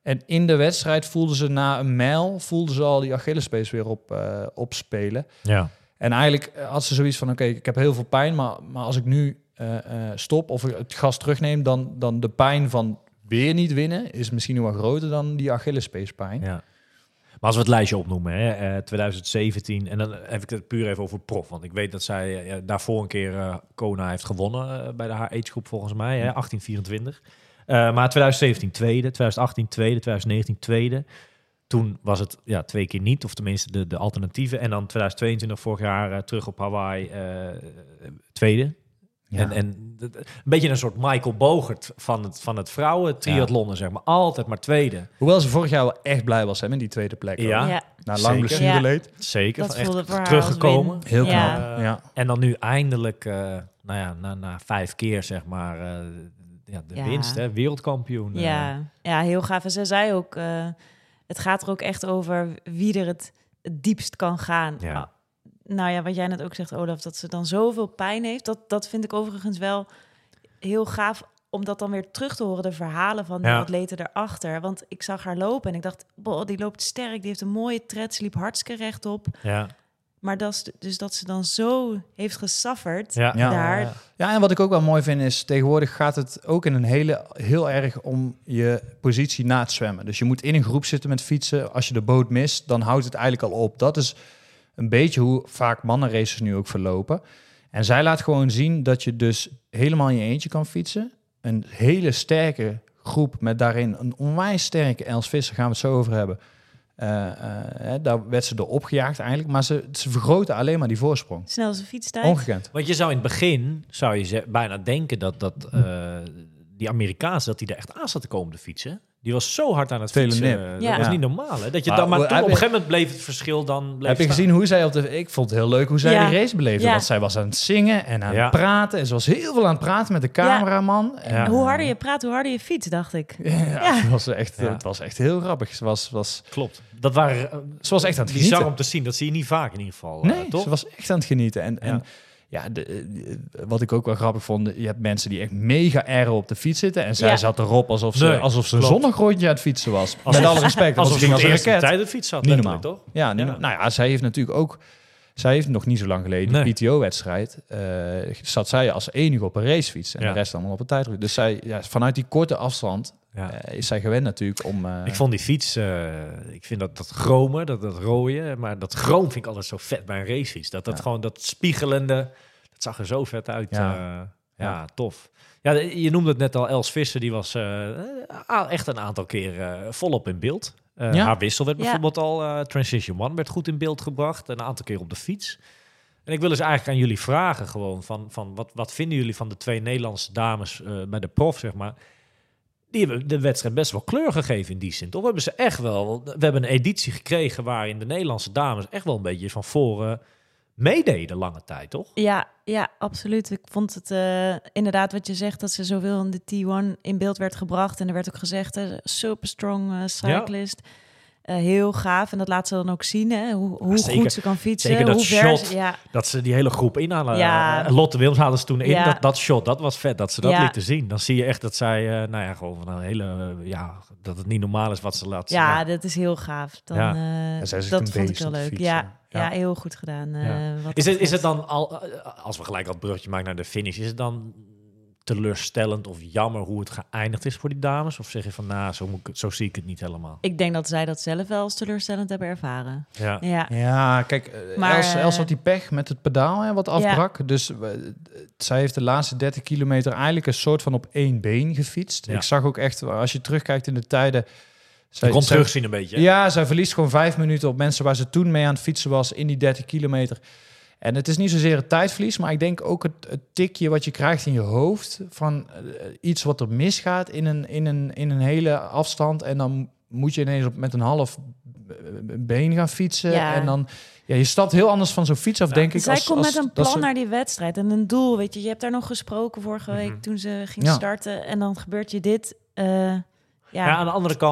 En in de wedstrijd voelden ze na een mijl al die Achillespees weer opspelen. Ja. En eigenlijk had ze zoiets van, oké, ik heb heel veel pijn, maar als ik nu stop of het gas terugneem, dan de pijn van weer niet winnen is misschien nog wel groter dan die Achillespeespijn. Ja. Maar als we het lijstje opnoemen, hè, 2017, en dan heb ik het puur even over prof, want ik weet dat zij daarvoor een keer Kona heeft gewonnen bij de haar agegroep volgens mij, hè, 18-24. Maar 2017 tweede, 2018 tweede, 2019 tweede. Toen was het 2 keer niet, of tenminste de alternatieven. En dan 2022 vorig jaar terug op Hawaii tweede. Ja. En een beetje een soort Michael Bogert van het vrouwen triathlonnen, zeg maar. Altijd maar tweede. Hoewel ze vorig jaar wel echt blij was met die tweede plek. Ja. Na lang blessureleed. Zeker, dat echt teruggekomen. Heel knap. Ja. En dan nu eindelijk, na 5 keer, zeg maar, de winst, hè, wereldkampioen. Ja, heel gaaf. En ze zei ook, het gaat er ook echt over wie er het diepst kan gaan. Ja. Nou ja, wat jij net ook zegt, Olaf, dat ze dan zoveel pijn heeft. Dat vind ik overigens wel heel gaaf om dat dan weer terug te horen, de verhalen van de atleten erachter. Want ik zag haar lopen en ik dacht, die loopt sterk, die heeft een mooie tred, ze liep hartstikke rechtop. Ja. Maar dat is dus dat ze dan zo heeft gesufferd daar. Ja, en wat ik ook wel mooi vind is, tegenwoordig gaat het ook in heel erg om je positie na het zwemmen. Dus je moet in een groep zitten met fietsen. Als je de boot mist, dan houdt het eigenlijk al op. Dat is een beetje hoe vaak mannenraces nu ook verlopen. En zij laat gewoon zien dat je dus helemaal in je eentje kan fietsen. Een hele sterke groep met daarin een onwijs sterke Els Visser, gaan we het zo over hebben. Daar werd ze door opgejaagd eigenlijk, maar ze vergroten alleen maar die voorsprong. Snelste fietstijd. Ongekend. Want je zou in het begin, bijna denken dat die Amerikaanse, dat die er echt aan zat te komen te fietsen. Die was zo hard aan het fietsen. Dat was niet normaal. Hè? Dat je dan, maar toen, op een gegeven moment bleef het verschil dan heb je gezien hoe zij ik vond het heel leuk hoe zij die race beleefde. Want zij was aan het zingen en aan het praten. En ze was heel veel aan het praten met de cameraman. Ja. En hoe harder je praat, hoe harder je fietst, dacht ik. Het was echt heel grappig. Klopt. Ze was echt aan het genieten. Bizar om te zien. Dat zie je niet vaak in ieder geval. Nee, toch? Ze was echt aan het genieten. Wat ik ook wel grappig vond, je hebt mensen die echt mega erg op de fiets zitten en zij zat erop alsof ze een zonnegrondje aan het fietsen was. Met alle respect. Alsof ze als een raket. Tijd de fiets had, niet normaal, toch? Ja, nou ja, zij heeft natuurlijk ook, zij heeft nog niet zo lang geleden die PTO-wedstrijd, zat zij als enige op een racefiets en de rest allemaal op een tijdrit. Dus zij, vanuit die korte afstand is zij gewend natuurlijk om... Ik vond die fiets, ik vind dat chromen, dat rooien, maar dat chroom vind ik altijd zo vet bij een racefiets. Dat gewoon dat spiegelende, dat zag er zo vet uit. Tof. Ja, je noemde het net al, Els Visser, die was echt een aantal keer volop in beeld. Haar wissel werd bijvoorbeeld al, Transition One werd goed in beeld gebracht, een aantal keer op de fiets. En ik wil dus eigenlijk aan jullie vragen gewoon, van wat vinden jullie van de 2 Nederlandse dames bij de prof, zeg maar. Die hebben de wedstrijd best wel kleur gegeven in die zin, toch? We hebben een editie gekregen waarin de Nederlandse dames echt wel een beetje van voren meededen lange tijd, toch? Ja, absoluut. Ik vond het inderdaad wat je zegt, dat ze zoveel in de T1 in beeld werd gebracht. En er werd ook gezegd, super strong cyclist. Heel gaaf. En dat laat ze dan ook zien, hè? Hoe goed ze kan fietsen. Zeker dat hoe shot, dat ze die hele groep inhalen. Lotte Willems haalden ze toen in. Dat shot, dat was vet, dat ze dat lieten zien. Dan zie je echt dat zij, gewoon van een hele... dat het niet normaal is wat ze laat zien. Ja, dat is heel gaaf. Dan, dat vond ik heel leuk. Ja, heel goed gedaan. Is het dan, als we gelijk al het bruggetje maken naar de finish, is het dan teleurstellend of jammer hoe het geëindigd is voor die dames? Of zeg je van, zo zie ik het niet helemaal? Ik denk dat zij dat zelf wel als teleurstellend hebben ervaren. Ja, kijk, Els had die pech met het pedaal wat afbrak. Ja. Dus zij heeft de laatste 30 kilometer eigenlijk een soort van op 1 been gefietst. Ja. Ik zag ook echt, als je terugkijkt in de tijden... Je kon terugzien een beetje. Ja, zij verliest gewoon 5 minuten op mensen waar ze toen mee aan het fietsen was in die 30 kilometer. En het is niet zozeer het tijdverlies, maar ik denk ook het tikje wat je krijgt in je hoofd van iets wat er misgaat in een hele afstand. En dan moet je ineens met een half been gaan fietsen. Ja. En dan, je stapt heel anders van zo'n fiets af, denk ik. Zij komt met een plan naar die wedstrijd en een doel. Weet je, je hebt daar nog gesproken vorige week toen ze ging starten. En dan gebeurt je dit. Aan de andere kant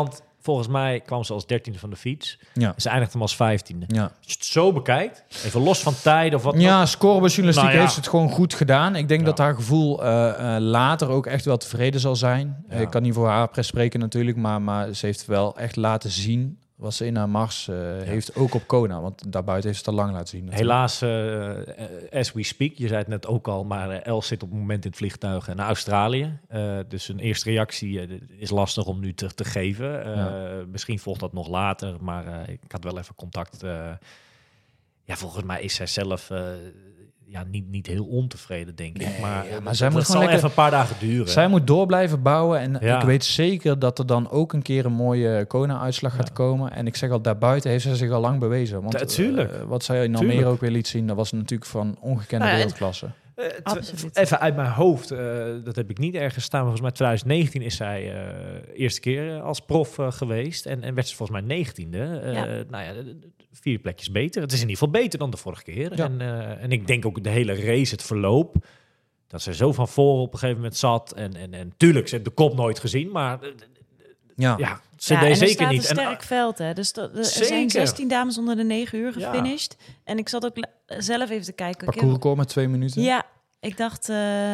Volgens mij kwam ze als 13e van de fiets. Ja. Ze eindigt hem als 15e. Ja. Als je het zo bekijkt, even los van tijden of wat. Ja, scorebordjournalistiek Nou ja. heeft het gewoon goed gedaan. Ik denk Ja. dat haar gevoel later ook echt wel tevreden zal zijn. Ja. Ik kan niet voor haar pres spreken natuurlijk, maar ze heeft wel echt laten zien wat ze in haar mars heeft, ook op Kona. Want daarbuiten heeft ze het al lang laten zien. natuurlijk. Helaas, as we speak, je zei het net ook al, maar Els zit op het moment in het vliegtuig naar Australië. Dus een eerste reactie is lastig om nu te geven. Misschien volgt dat nog later, maar ik had wel even contact. Volgens mij is zij zelf niet heel ontevreden, denk ik. Nee, Maar, maar zij moet dat gewoon zal lekker- even een paar dagen duren. Zij moet door blijven bouwen. En Ja. ik weet zeker dat er dan ook een keer een mooie Kona-uitslag gaat komen. En ik zeg al, daarbuiten heeft zij zich al lang bewezen. Want Tuurlijk. wat zij in Almere Tuurlijk. ook weer liet zien, dat was natuurlijk van ongekende Nou ja, wereldklasse. Absoluut. Even uit mijn hoofd, dat heb ik niet ergens staan. Maar volgens mij 2019 is zij eerste keer als prof geweest. En werd ze volgens mij 19e. Nou ja, 4 plekjes beter. Het is in ieder geval beter dan de vorige keer. Ja. En ik denk ook de hele race, het verloop, dat ze zo van voren op een gegeven moment zat. En tuurlijk, ze heeft de kop nooit gezien. Maar Ja. ze en deed er zeker staat niet. een sterk veld, hè. Dus er zijn Zeker. 16 dames onder de 9 uur Ja. gefinished. En ik zat ook zelf even te kijken. Parcoursrecord met 2 minuten. Ja, ik dacht,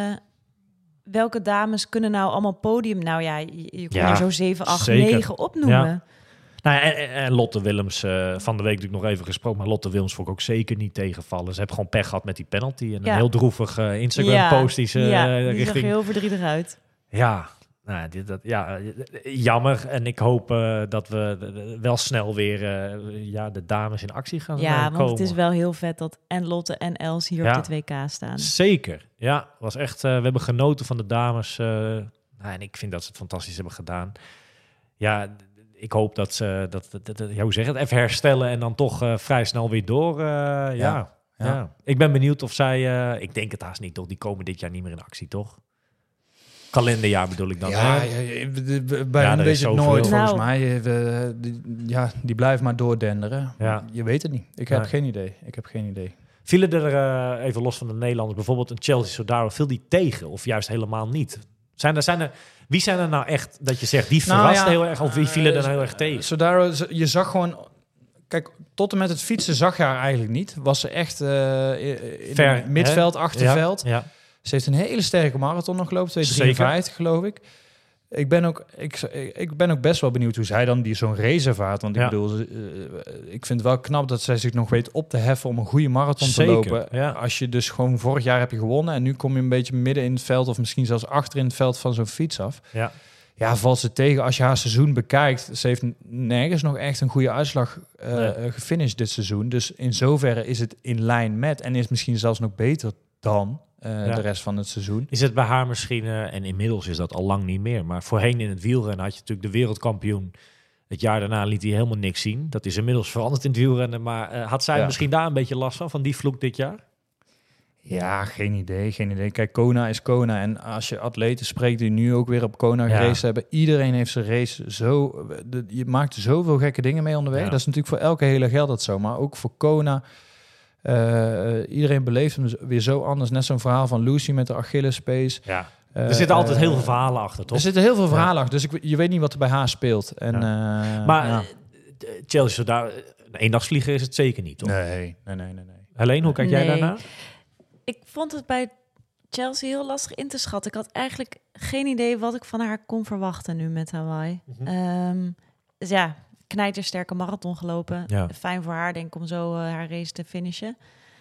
welke dames kunnen nou allemaal podium? Nou ja, je kon Ja, er zo 7, 8, zeker. 9 opnoemen. Ja. Nou, ja, en Lotte Willems, van de week natuurlijk nog even gesproken, maar Lotte Willems vond ik ook zeker niet tegenvallen. Ze hebben gewoon pech gehad met die penalty en Ja. een heel droevig Instagram-post die ze die zag richting... er heel verdrietig uit. Ja, nou, jammer. En ik hoop dat we wel snel weer de dames in actie gaan Ja, komen. want het is wel heel vet dat en Lotte en Els hier Ja. op dit WK staan. Zeker, ja. Was echt, we hebben genoten van de dames. En ik vind dat ze het fantastisch hebben gedaan. Ja, ik hoop dat ze hoe zeg je het, even herstellen en dan toch vrij snel weer door. Ja. Ik ben benieuwd of zij, ik denk het haast niet, toch? Die komen dit jaar niet meer in actie, toch? Kalenderjaar bedoel ik dan. Ja, hè? bij hen er weet is je het zoveel. nooit, volgens Nou. mij. Die blijven maar doordenderen. Ja. Je weet het niet. Ik heb Nee. geen idee. Vielen er, even los van de Nederlanders, bijvoorbeeld een Chelsea Sodaro, viel die tegen of juist helemaal niet? Wie zijn er nou echt, dat je zegt, die verrast heel erg, of wie vielen er nou heel erg tegen? Sodaro, je zag gewoon... Kijk, tot en met het fietsen zag je haar eigenlijk niet. Was ze echt in Ver, het midveld, hè? achterveld. Ja. Ze heeft een hele sterke marathon nog gelopen, 2:53 geloof ik. Ik ben ook best wel benieuwd hoe zij dan zo'n race ervaart. Want ik bedoel, ik vind het wel knap dat zij zich nog weet op te heffen om een goede marathon Zeker, te lopen. ja. Als je dus gewoon vorig jaar heb je gewonnen en nu kom je een beetje midden in het veld of misschien zelfs achter in het veld van zo'n fiets af. Ja. Ja, valt ze tegen als je haar seizoen bekijkt. Ze heeft nergens nog echt een goede uitslag gefinished dit seizoen. Dus in zoverre is het in lijn met en is misschien zelfs nog beter dan de rest van het seizoen. Is het bij haar misschien, en inmiddels is dat al lang niet meer, maar voorheen in het wielrennen had je natuurlijk de wereldkampioen. Het jaar daarna liet hij helemaal niks zien. Dat is inmiddels veranderd in het wielrennen. Maar had zij misschien daar een beetje last van die vloek dit jaar? Ja, geen idee. Kijk, Kona is Kona. En als je atleten spreekt die nu ook weer op Kona geraced hebben, iedereen heeft zijn race zo... Je maakt zoveel gekke dingen mee onderweg. Ja. Dat is natuurlijk voor elke hele geldt dat zo. Maar ook voor Kona... iedereen beleeft hem weer zo anders. Net zo'n verhaal van Lucy met de Achillespees. Ja. Er zitten altijd heel veel verhalen achter, toch? Er zitten heel veel verhalen achter. Dus je weet niet wat er bij haar speelt. En, maar Chelsea, daar een eendagsvlieger is het zeker niet, toch? Nee. Helene, hoe kijk jij Nee. daarnaar? Ik vond het bij Chelsea heel lastig in te schatten. Ik had eigenlijk geen idee wat ik van haar kon verwachten nu met Hawaii. Dus ja, knijtersterke marathon gelopen. Ja. Fijn voor haar, denk ik, om zo haar race te finishen.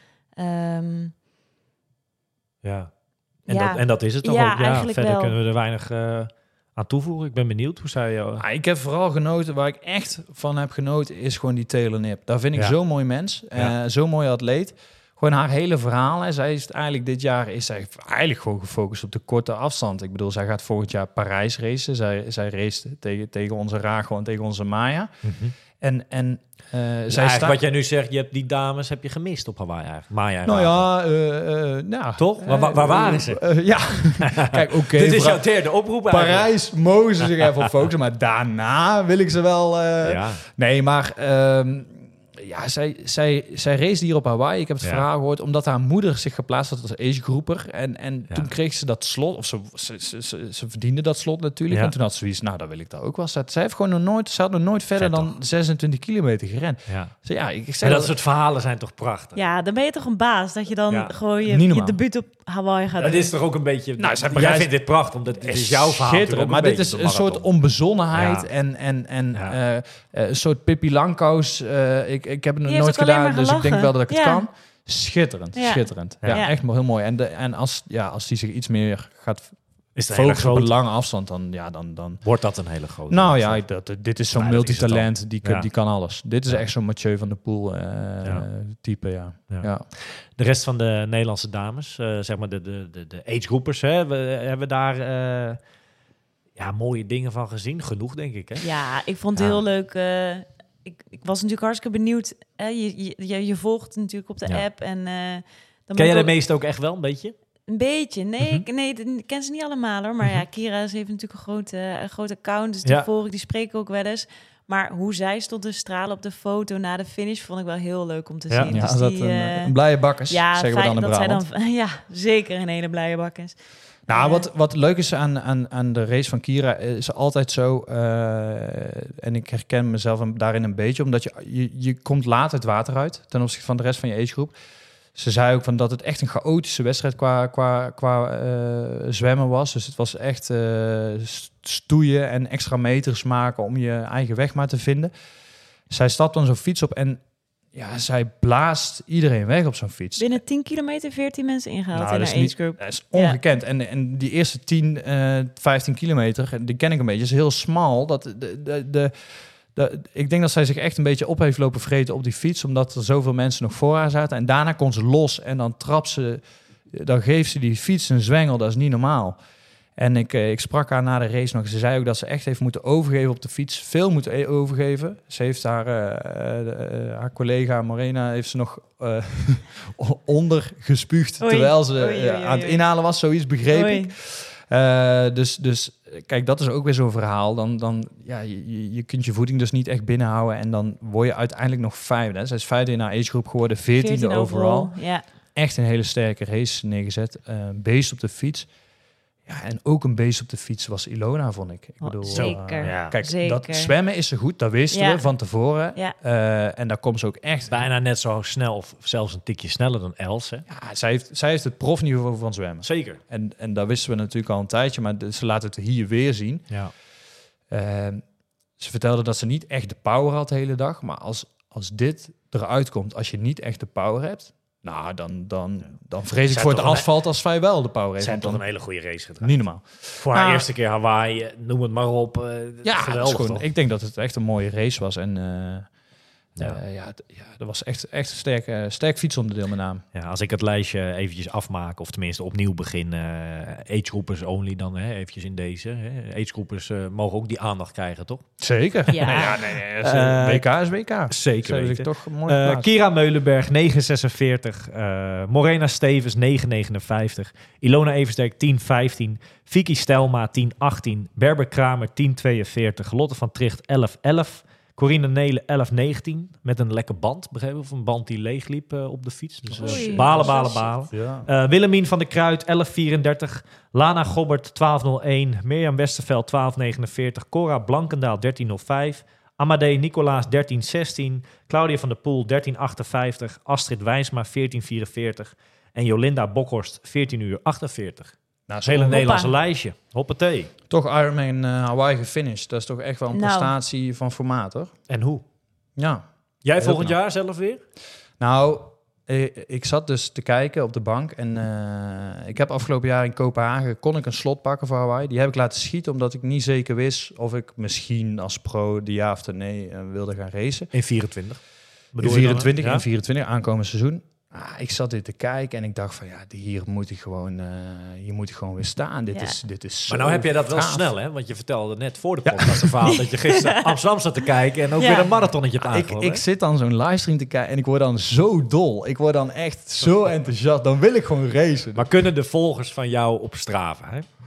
Ja. Ja. En dat is het toch Ja, ook? Ja, eigenlijk verder wel. kunnen we er weinig aan toevoegen. Ik ben benieuwd hoe zij... Ik heb vooral genoten, waar ik echt van heb genoten, is gewoon die Taylor Knipp. Daar vind ik Ja. zo'n mooi mens, zo'n mooi atleet. Gewoon haar hele verhaal. En zij is het eigenlijk dit jaar eigenlijk gewoon gefocust op de korte afstand. Ik bedoel, zij gaat volgend jaar Parijs racen. Zij race tegen onze Rago en tegen onze Maya. En zij staat... Wat jij nu zegt, je hebt die dames heb je gemist op Hawaii eigenlijk. Maya en nou Rago. ja, nou, toch? Waar waren ze? Ja, kijk, oké. Dit is jouw derde oproep eigenlijk. Parijs mogen ze zich even op focussen, maar daarna wil ik ze wel... Ja. Nee, maar zij race hier op Hawaii. Ik heb het verhaal gehoord, omdat haar moeder zich geplaatst had als agegroeper. En toen kreeg ze dat slot, of ze verdiende dat slot natuurlijk. Ja. En toen had ze zoiets, nou, dan wil ik daar ook wel. Zij heeft gewoon ze had nog nooit verder dan 26 kilometer gerend. Ja. Ik zei dat soort verhalen zijn toch prachtig? Ja, dan ben je toch een baas, dat je dan gewoon je debuut op Hawaii gaat doen. Dat is toch ook een beetje... Nou, jij vindt dit prachtig, omdat het is jouw verhaal. Maar dit is een soort onbezonnenheid en een soort Pippi Langkous. Ik heb het nog nooit gedaan, dus ik denk wel dat ik het kan. Schitterend. Ja, echt heel mooi. En als die zich iets meer gaat focussen op een lange afstand, dan wordt dat een hele grote. Nou ja, dit is zo'n multitalent, die kan alles. Dit is echt zo'n Mathieu van der Poel type, ja. De rest van de Nederlandse dames, zeg maar de agegroepers, hebben daar mooie dingen van gezien. Genoeg, denk ik. Hè? Ja, ik vond het heel leuk. Ik was natuurlijk hartstikke benieuwd. Je volgt natuurlijk op de app. En, dan ken jij de meeste ook echt wel, een beetje? Een beetje. Nee, ik ken ze niet allemaal hoor. Maar Kira heeft natuurlijk een groot account. Dus die volg ik, die spreek ik ook wel eens. Maar hoe zij stond te stralen op de foto na de finish vond ik wel heel leuk om te zien. Ja, dus dat een blije bakkers, zeggen we dan in Brabant. Ja, zeker een hele blije bakkers. Nou, wat leuk is aan de race van Kira is altijd zo, en ik herken mezelf daarin een beetje, omdat je komt laat het water uit ten opzichte van de rest van je agegroep. Ze zei ook dat het echt een chaotische wedstrijd qua zwemmen was. Dus het was echt stoeien en extra meters maken om je eigen weg maar te vinden. Zij stapt dan zo'n fiets op en zij blaast iedereen weg op zo'n fiets. Binnen 10 kilometer 14 mensen ingehaald in haar agegroep. Dat is ongekend. Ja. En die eerste 10, 15 kilometer, die ken ik een beetje, is heel smal. Ik denk dat zij zich echt een beetje op heeft lopen vreten op die fiets, omdat er zoveel mensen nog voor haar zaten. En daarna kon ze los en dan geeft ze die fiets een zwengel. Dat is niet normaal. En ik sprak haar na de race nog. Ze zei ook dat ze echt heeft moeten overgeven op de fiets. Veel moeten overgeven. Ze heeft haar collega Morena heeft ze nog ondergespuugd terwijl ze aan het inhalen was. Zoiets begreep ik. Dus kijk, dat is ook weer zo'n verhaal. Dan je kunt je voeding dus niet echt binnenhouden. En dan word je uiteindelijk nog vijfde. Zij is vijfde in haar agegroep geworden. 14e overall. Ja. Echt een hele sterke race neergezet. Beest op de fiets. Ja, en ook een beest op de fiets was Ilona, vond ik. Bedoel, zeker. Kijk, zeker. Dat zwemmen is zo goed, dat wisten we van tevoren. Ja. En daar komt ze ook echt... Bijna net zo snel, of zelfs een tikje sneller dan Els. Hè? Ja, zij heeft het profniveau van zwemmen. Zeker. En dat wisten we natuurlijk al een tijdje, maar ze laten het hier weer zien. Ja. Ze vertelde dat ze niet echt de power had de hele dag. Maar als dit eruit komt, als je niet echt de power hebt... Nou, dan vrees ik voor het asfalt als zij wel de power heeft. Ze hebben toch een hele goede race gedraaid. Niet normaal. Voor haar eerste keer Hawaii, noem het maar op. Geweldig, gewoon, ik denk dat het echt een mooie race was. En dat was echt een sterk fietsonderdeel met naam. Ja, als ik het lijstje eventjes afmaak, of tenminste opnieuw begin, agegroepers only dan, eventjes in deze. Agegroepers mogen ook die aandacht krijgen, toch? Zeker. Ja. WK is WK. Zeker weten. Toch mooi Kira Meulenberg, 9,46. Morena Stevens, 9,59. Ilona Eversdijk, 10,15. Vicky Stelma, 10,18. Berber Kramer, 10,42. Lotte van Tricht, 11,11. Corine Nelen 11-19 met een lekker band, begrepen? Of een band die leegliep op de fiets. Dus balen. Ja. Willemien van der Kruid 11-34. Lana Gobbert 12-01. Mirjam Westerveld 12-49. Cora Blankendaal 13-05. Amadee Nicolaas 13-16. Claudia van der Poel 13-58. Astrid Wijnsma 14-44. En Jolinda Bokhorst 14:48. Nou, zo'n hele Nederlandse lijstje. Hoppatee. Toch Ironman Hawaii gefinished. Dat is toch echt wel een prestatie van formaat, hoor. En hoe? Ja. Jij volgend jaar zelf weer? Nou, ik zat dus te kijken op de bank. En ik heb afgelopen jaar in Kopenhagen... kon ik een slot pakken voor Hawaii. Die heb ik laten schieten, omdat ik niet zeker wist... of ik misschien als pro de ja of de nee wilde gaan racen. In 24? In 24, aankomend seizoen. Ik zat dit te kijken en ik dacht van hier moet ik gewoon weer staan. Dit is zo maar nou heb jij dat wel snel, hè? Want je vertelde net voor de podcast een verhaal dat je gisteren Amsterdam zat te kijken en ook weer een marathonnetje hebt aangevallen. Ik zit dan zo'n livestream te kijken en ik word dan zo dol. Ik word dan echt zo enthousiast. Dan wil ik gewoon racen. Maar kunnen de volgers van jou op Strava, hè?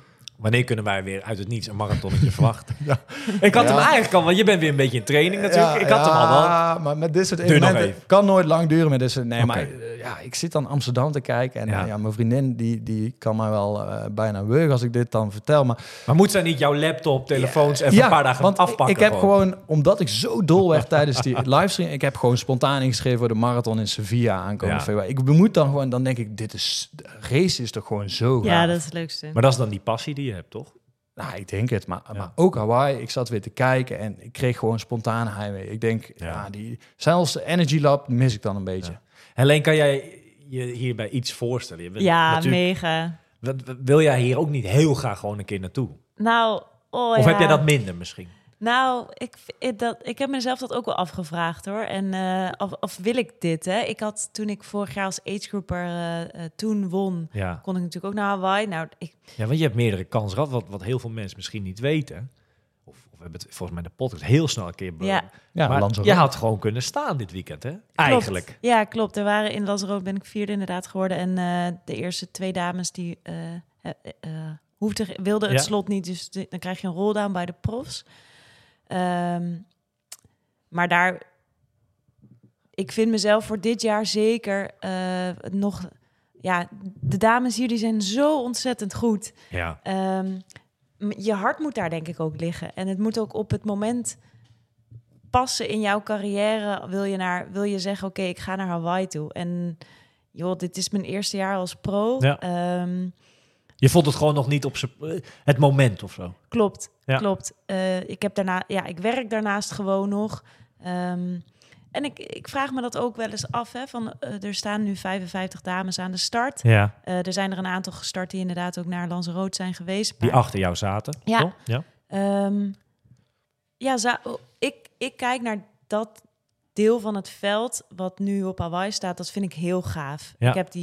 Wanneer kunnen wij weer uit het niets een marathonnetje verwachten? Ik had hem eigenlijk al, want je bent weer een beetje in training natuurlijk. Ik had hem al wel. Maar met dit soort evenementen kan nooit lang duren. Met dit soort, maar ik zit dan Amsterdam te kijken. En mijn vriendin die kan mij wel bijna wurgen als ik dit dan vertel. Maar moet zij niet jouw laptop, telefoons even een paar dagen afpakken? Ik heb gewoon, omdat ik zo dol werd tijdens die livestream, ik heb gewoon spontaan ingeschreven voor de marathon in Sevilla aankomende februari. Ik moet dan gewoon, dan denk ik, de race is toch gewoon zo gaaf. Ja, dat is het leukste. Maar dat is dan die passie die je hebt, toch? Nou, ik denk het. Maar ook Hawaii, ik zat weer te kijken en ik kreeg gewoon spontaan heimwee. Ik denk, zelfs de Energy Lab mis ik dan een beetje. Ja. Helene, kan jij je hierbij iets voorstellen? Mega. Wil jij hier ook niet heel graag gewoon een keer naartoe? Nou, of heb jij dat minder misschien? Nou, ik heb mezelf dat ook wel afgevraagd hoor. En of wil ik dit? Hè? Ik had toen ik vorig jaar als agegroeper toen won, kon ik natuurlijk ook naar Hawaii. Nou, ja, want je hebt meerdere kansen gehad, wat heel veel mensen misschien niet weten. Of we hebben het volgens mij de podcast heel snel een keer. Maar je had gewoon kunnen staan dit weekend, hè? Klopt. Eigenlijk. Ja, klopt. Er waren in Lanzarote ben ik 4e inderdaad geworden. En de eerste 2 dames die wilden het slot niet. Dus dan krijg je een rolldown bij de profs. Maar daar, ik vind mezelf voor dit jaar zeker nog, de dames hier die zijn zo ontzettend goed. Ja. Je hart moet daar denk ik ook liggen en het moet ook op het moment passen in jouw carrière. Wil je zeggen, oké, ik ga naar Hawaii toe en joh, dit is mijn eerste jaar als pro. Ja. Je vond het gewoon nog niet op het moment of zo. Klopt. Ik heb ik werk daarnaast gewoon nog. En ik vraag me dat ook wel eens af. Hè, er staan nu 55 dames aan de start. Ja. Er zijn er een aantal gestart die inderdaad ook naar Lanzarote zijn geweest. Die achter jou zaten. Ja. Toch? Ja. Ik kijk naar dat deel van het veld wat nu op Hawaii staat. Dat vind ik heel gaaf. Ja. Ik heb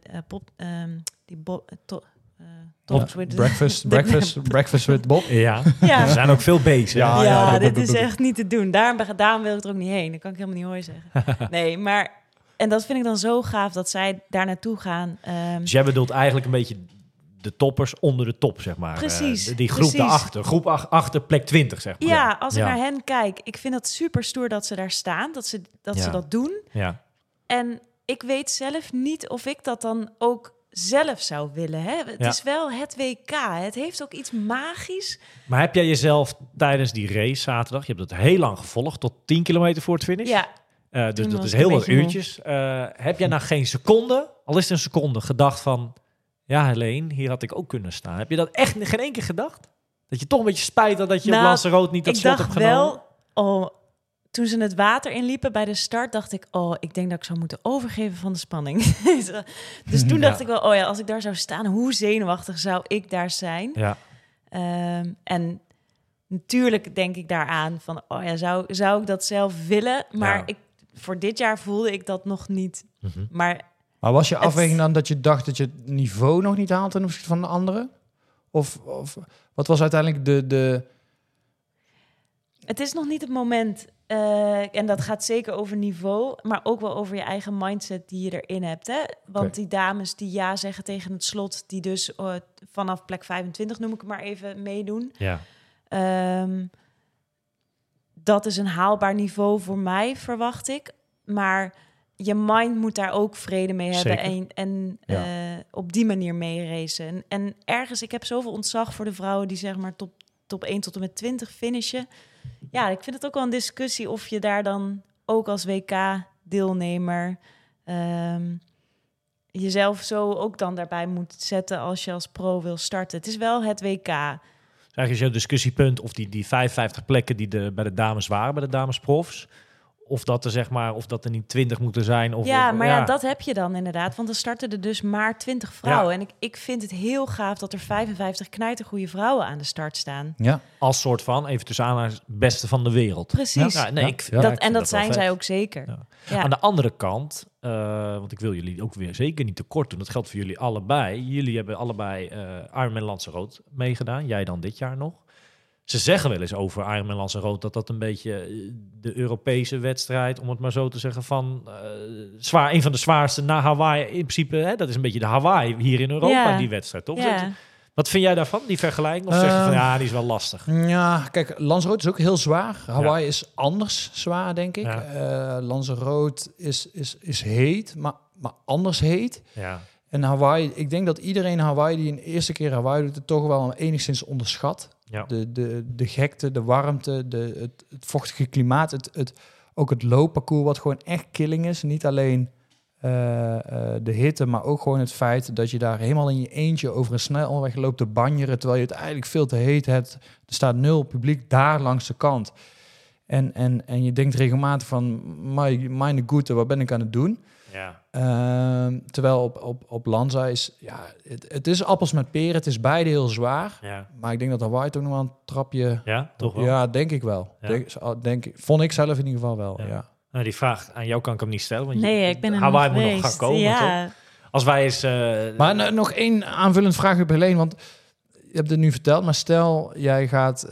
Breakfast with Bob. Ja. Er zijn ook veel bezig. Ja, dit is echt niet te doen. Daarom wil ik er ook niet heen. Dat kan ik helemaal niet hoor zeggen. Nee, maar en dat vind ik dan zo gaaf dat zij daar naartoe gaan. Dus jij bedoelt eigenlijk een beetje de toppers onder de top, zeg maar. Precies. Die groep daarachter. Groep achter plek 20, zeg maar. Ja, als ik naar hen kijk, ik vind het super stoer dat ze daar staan, dat ze dat doen. Ja. En ik weet zelf niet of ik dat dan ook zelf zou willen. Hè? Het is wel het WK. Het heeft ook iets magisch. Maar heb jij jezelf tijdens die race zaterdag, je hebt het heel lang gevolgd, tot 10 kilometer voor het finish? Ja. Dus dat is heel wat uurtjes. Heb jij nou geen seconde, al is het een seconde, gedacht van, ja Helene, hier had ik ook kunnen staan. Heb je dat echt geen één keer gedacht? Dat je toch een beetje spijt had dat je op Lanzarote niet dat slot hebt genomen? Toen ze het water inliepen bij de start, dacht ik, ik denk dat ik zou moeten overgeven van de spanning. Dus toen dacht ik wel, als ik daar zou staan, hoe zenuwachtig zou ik daar zijn? Ja. En natuurlijk denk ik daaraan van, zou ik dat zelf willen? Maar voor dit jaar voelde ik dat nog niet. Mm-hmm. Maar was je afweging dan dat je dacht dat je het niveau nog niet haalt ten opzichte van de anderen? Of wat was uiteindelijk de... Het is nog niet het moment. En dat gaat zeker over niveau, maar ook wel over je eigen mindset die je erin hebt. Hè? Want die dames die ja zeggen tegen het slot, die dus vanaf plek 25, noem ik het maar even, meedoen. Ja. Dat is een haalbaar niveau voor mij, verwacht ik. Maar je mind moet daar ook vrede mee hebben en op die manier mee racen. En ergens, ik heb zoveel ontzag voor de vrouwen die zeg maar top 1 tot en met 20 finishen. Ja, ik vind het ook wel een discussie of je daar dan ook als WK-deelnemer jezelf zo ook dan daarbij moet zetten als je als pro wil starten. Het is wel het WK. Dus eigenlijk is jouw discussiepunt of die 55 plekken die bij de dames waren, bij de damesprofs, of dat er zeg maar, of dat er niet 20 moeten zijn. Dat heb je dan inderdaad. Want er starten er dus maar 20 vrouwen. Ja. En ik vind het heel gaaf dat er 55 knijtergoeie vrouwen aan de start staan. Ja. Als soort van, even tussen aanhalingstekens, beste van de wereld. Precies. Ja. Nee, dat zijn zij ook zeker. Ja. Ja. Aan de andere kant, want ik wil jullie ook weer zeker niet tekort doen. Dat geldt voor jullie allebei. Jullie hebben allebei Ironman Lanzarote meegedaan. Jij dan dit jaar nog. Ze zeggen wel eens over Ironman Lanzarote dat een beetje de Europese wedstrijd, om het maar zo te zeggen, van een van de zwaarste na Hawaii. In principe, dat is een beetje de Hawaii hier in Europa, die wedstrijd, toch? Ja. Wat vind jij daarvan, die vergelijking? Of zeg je van, die is wel lastig? Ja, kijk, Lanzarote is ook heel zwaar. Hawaii is anders zwaar, denk ik. Ja. Lanzarote is heet, maar anders heet. Ja. En Hawaii, ik denk dat iedereen Hawaii die een eerste keer Hawaii doet, het toch wel enigszins onderschat. Ja. De gekte, de warmte, het vochtige klimaat, ook het loopparcours wat gewoon echt killing is. Niet alleen de hitte, maar ook gewoon het feit dat je daar helemaal in je eentje over een snelweg loopt te banjeren, terwijl je het eigenlijk veel te heet hebt. Er staat 0 publiek daar langs de kant. En je denkt regelmatig van, meine Güte, wat ben ik aan het doen? Ja. Terwijl op Lanza is, het is appels met peren, het is beide heel zwaar. Ja. Maar ik denk dat Hawaii toch nog wel een trapje... Ja, toch wel? Ja, denk ik wel. Ja. Vond ik zelf in ieder geval wel, ja. Nou, die vraag aan jou kan ik hem niet stellen, want ik ben Hawaii moet nog gaan komen, ja. toch? Als wij eens... Maar nog één aanvullend vraag op Helene, want je hebt het nu verteld, maar stel, jij gaat...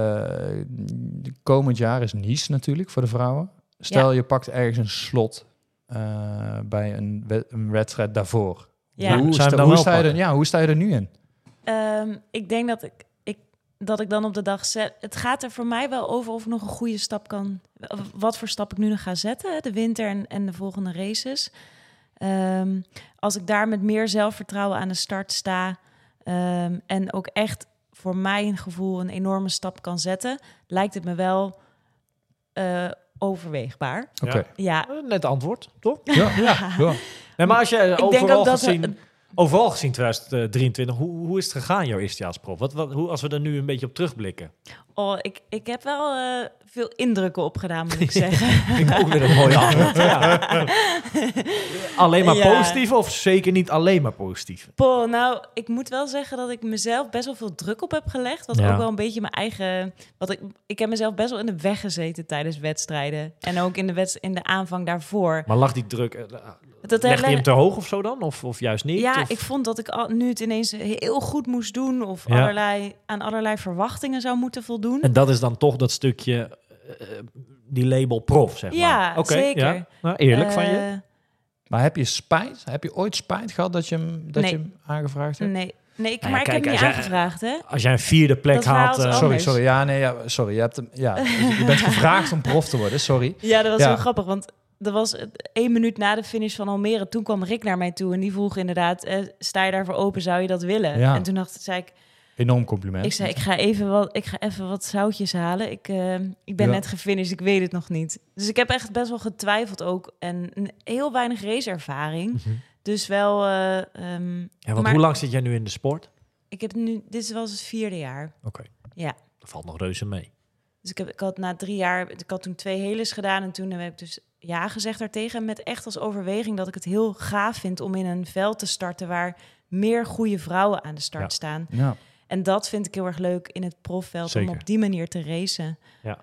komend jaar is Nice natuurlijk voor de vrouwen. Stel, je pakt ergens een slot bij een wedstrijd daarvoor. Ja. Hoe sta je er nu in? Ik denk dat ik dan op de dag zet... Het gaat er voor mij wel over of ik nog een goede stap kan... Wat voor stap ik nu nog ga zetten, de winter en de volgende races. Als ik daar met meer zelfvertrouwen aan de start sta... en ook echt voor mijn gevoel een enorme stap kan zetten... lijkt het me wel overweegbaar. Okay. Ja. Net antwoord, toch? Ja. Nee, maar als je overal gezien 2023, hoe is het gegaan, jouw eerstejaarsprof? Als we er nu een beetje op terugblikken? Oh, ik heb wel veel indrukken opgedaan, moet ik zeggen. Vind ik ook weer een mooie antwoord. Ja. Alleen maar positief of zeker niet alleen maar positief? Nou, ik moet wel zeggen dat ik mezelf best wel veel druk op heb gelegd. Wat ook wel een beetje mijn eigen... Ik heb mezelf best wel in de weg gezeten tijdens wedstrijden. En ook in de aanvang daarvoor. Maar lag die druk... Leg je hem te hoog of zo dan? Of juist niet? Ja, of? Ik vond dat ik nu het ineens heel goed moest doen... of aan allerlei verwachtingen zou moeten voldoen. En dat is dan toch dat stukje, die label prof, zeg maar. Ja, zeker. Ja. Nou, eerlijk van je. Maar heb je spijt? Heb je ooit spijt gehad dat je hem aangevraagd hebt? Nee, ik heb hem niet aangevraagd, hè? Als jij een 4e plek haalt... Sorry. Sorry. Je bent gevraagd om prof te worden, sorry. Ja, dat was heel grappig, want... Dat was 1 minuut na de finish van Almere. Toen kwam Rick naar mij toe en die vroeg inderdaad... sta je daarvoor open, zou je dat willen? Ja. En toen zei ik... Enorm compliment. Ik zei, ik ga even wat zoutjes halen. Ik ben net gefinished, ik weet het nog niet. Dus ik heb echt best wel getwijfeld ook. En heel weinig raceervaring. Mm-hmm. Dus wel... want hoe lang zit jij nu in de sport? Dit was het 4e jaar. Oké. Ja. Dat valt nog reuze mee. Dus ik had na 3 jaar... Ik had toen 2 heles gedaan en toen heb ik dus... ja gezegd daartegen, met echt als overweging dat ik het heel gaaf vind om in een veld te starten waar meer goede vrouwen aan de start staan. Ja. En dat vind ik heel erg leuk in het profveld. Zeker. Om op die manier te racen. Ja.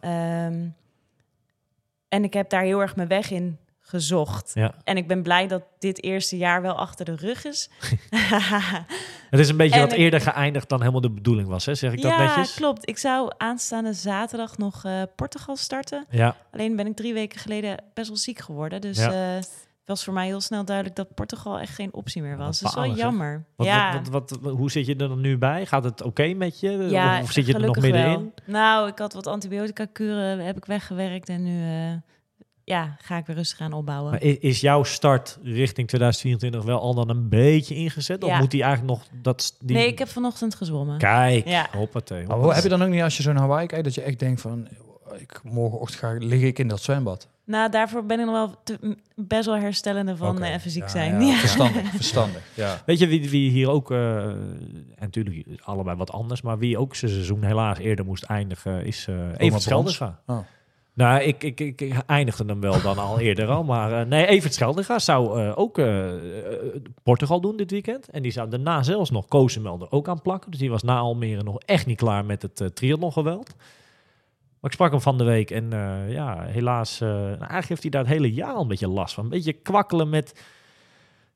En ik heb daar heel erg mijn weg in gezocht. Ja. En ik ben blij dat dit eerste jaar wel achter de rug is. Het is een beetje wat eerder geëindigd dan helemaal de bedoeling was, hè? Zeg ik dat netjes? Ja, klopt. Ik zou aanstaande zaterdag nog Portugal starten. Ja. Alleen ben ik 3 weken geleden best wel ziek geworden. Dus het was voor mij heel snel duidelijk dat Portugal echt geen optie meer was. Dat is wel jammer. Hoe zit je er dan nu bij? Gaat het oké met je? Ja, of zit je er nog middenin? Nou, ik had wat antibiotica-kuren, heb ik weggewerkt en nu... ga ik weer rustig aan opbouwen. Maar is jouw start richting 2024 wel al dan een beetje ingezet? Of moet die eigenlijk nog... Nee, ik heb vanochtend gezwommen. Kijk, hoppatee. Maar heb je dan ook niet als je zo naar Hawaii kijkt... dat je echt denkt van... morgenochtend lig ik in dat zwembad? Nou, daarvoor ben ik nog wel best wel herstellende van even ziek zijn. Ja. Verstandig. Ja. Weet je wie hier ook... en natuurlijk allebei wat anders... maar wie ook zijn seizoen helaas eerder moest eindigen... is Evert Scheldinga. Nou, ik eindigde hem wel dan al eerder al. Maar Evert Scheldinga zou ook Portugal doen dit weekend. En die zou daarna zelfs nog Cozumel er ook aan plakken. Dus die was na Almere nog echt niet klaar met het triathlongeweld. Maar ik sprak hem van de week en helaas... eigenlijk heeft hij daar het hele jaar al een beetje last van. Een beetje kwakkelen met...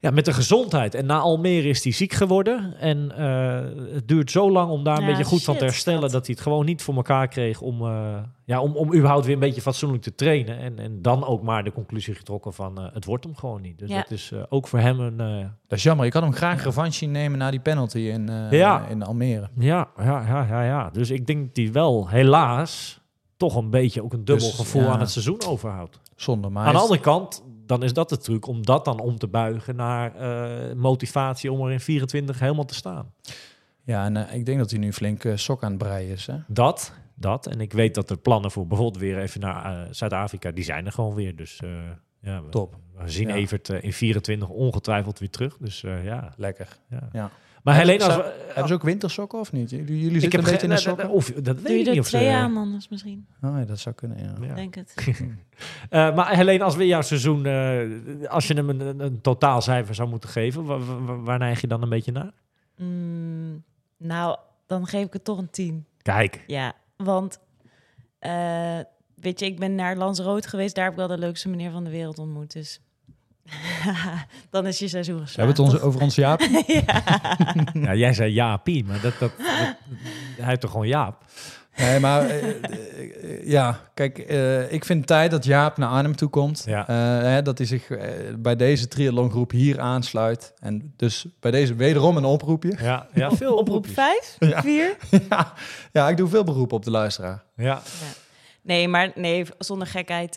Ja, met de gezondheid. En na Almere is hij ziek geworden. En het duurt zo lang om daar een beetje goed van te herstellen... dat hij het gewoon niet voor elkaar kreeg om überhaupt weer een beetje fatsoenlijk te trainen. En dan ook maar de conclusie getrokken van het wordt hem gewoon niet. Dus dat is ook voor hem een... Dat is jammer. Je kan hem graag revanche nemen na die penalty in Almere. Ja. Dus ik denk dat hij wel helaas toch een beetje ook een dubbel gevoel aan het seizoen overhoudt. Zonde, maar aan de andere kant... dan is dat de truc om dat dan om te buigen naar motivatie om er in 24 helemaal te staan. Ja, en ik denk dat hij nu flink sok aan het breien is. Hè? Dat. En ik weet dat er plannen voor bijvoorbeeld weer even naar Zuid-Afrika, die zijn er gewoon weer. Dus top. We zien Evert in 24 ongetwijfeld weer terug. Dus lekker. Ja. Maar Helene, hebben ze ook wintersokken of niet? Jullie zitten een beetje in de sokken? Dat weet ik niet of ze... Doe je er 2 aan anders misschien? Oh ja, dat zou kunnen, ja. Denk het. Maar Helene, als we jouw seizoen... als je hem een totaalcijfer zou moeten geven... waar neig je dan een beetje naar? Nou, dan geef ik het toch een 10. Kijk. Ja, want... weet je, ik ben naar Lanzarote geweest. Daar heb ik wel de leukste meneer van de wereld ontmoet. Dus... dan is je seizoen geslaagd. We hebben het over ons Jaap. Ja, jij zei Jaapie, maar dat hij heeft toch gewoon Jaap? Nee, maar kijk, ik vind het tijd dat Jaap naar Arnhem toe komt. Ja. Dat hij zich bij deze triathlongroep hier aansluit. En dus bij deze wederom een oproepje. Ja, veel oproep 5? 4? Ja, ik doe veel beroep op de luisteraar. Ja. Nee, zonder gekheid...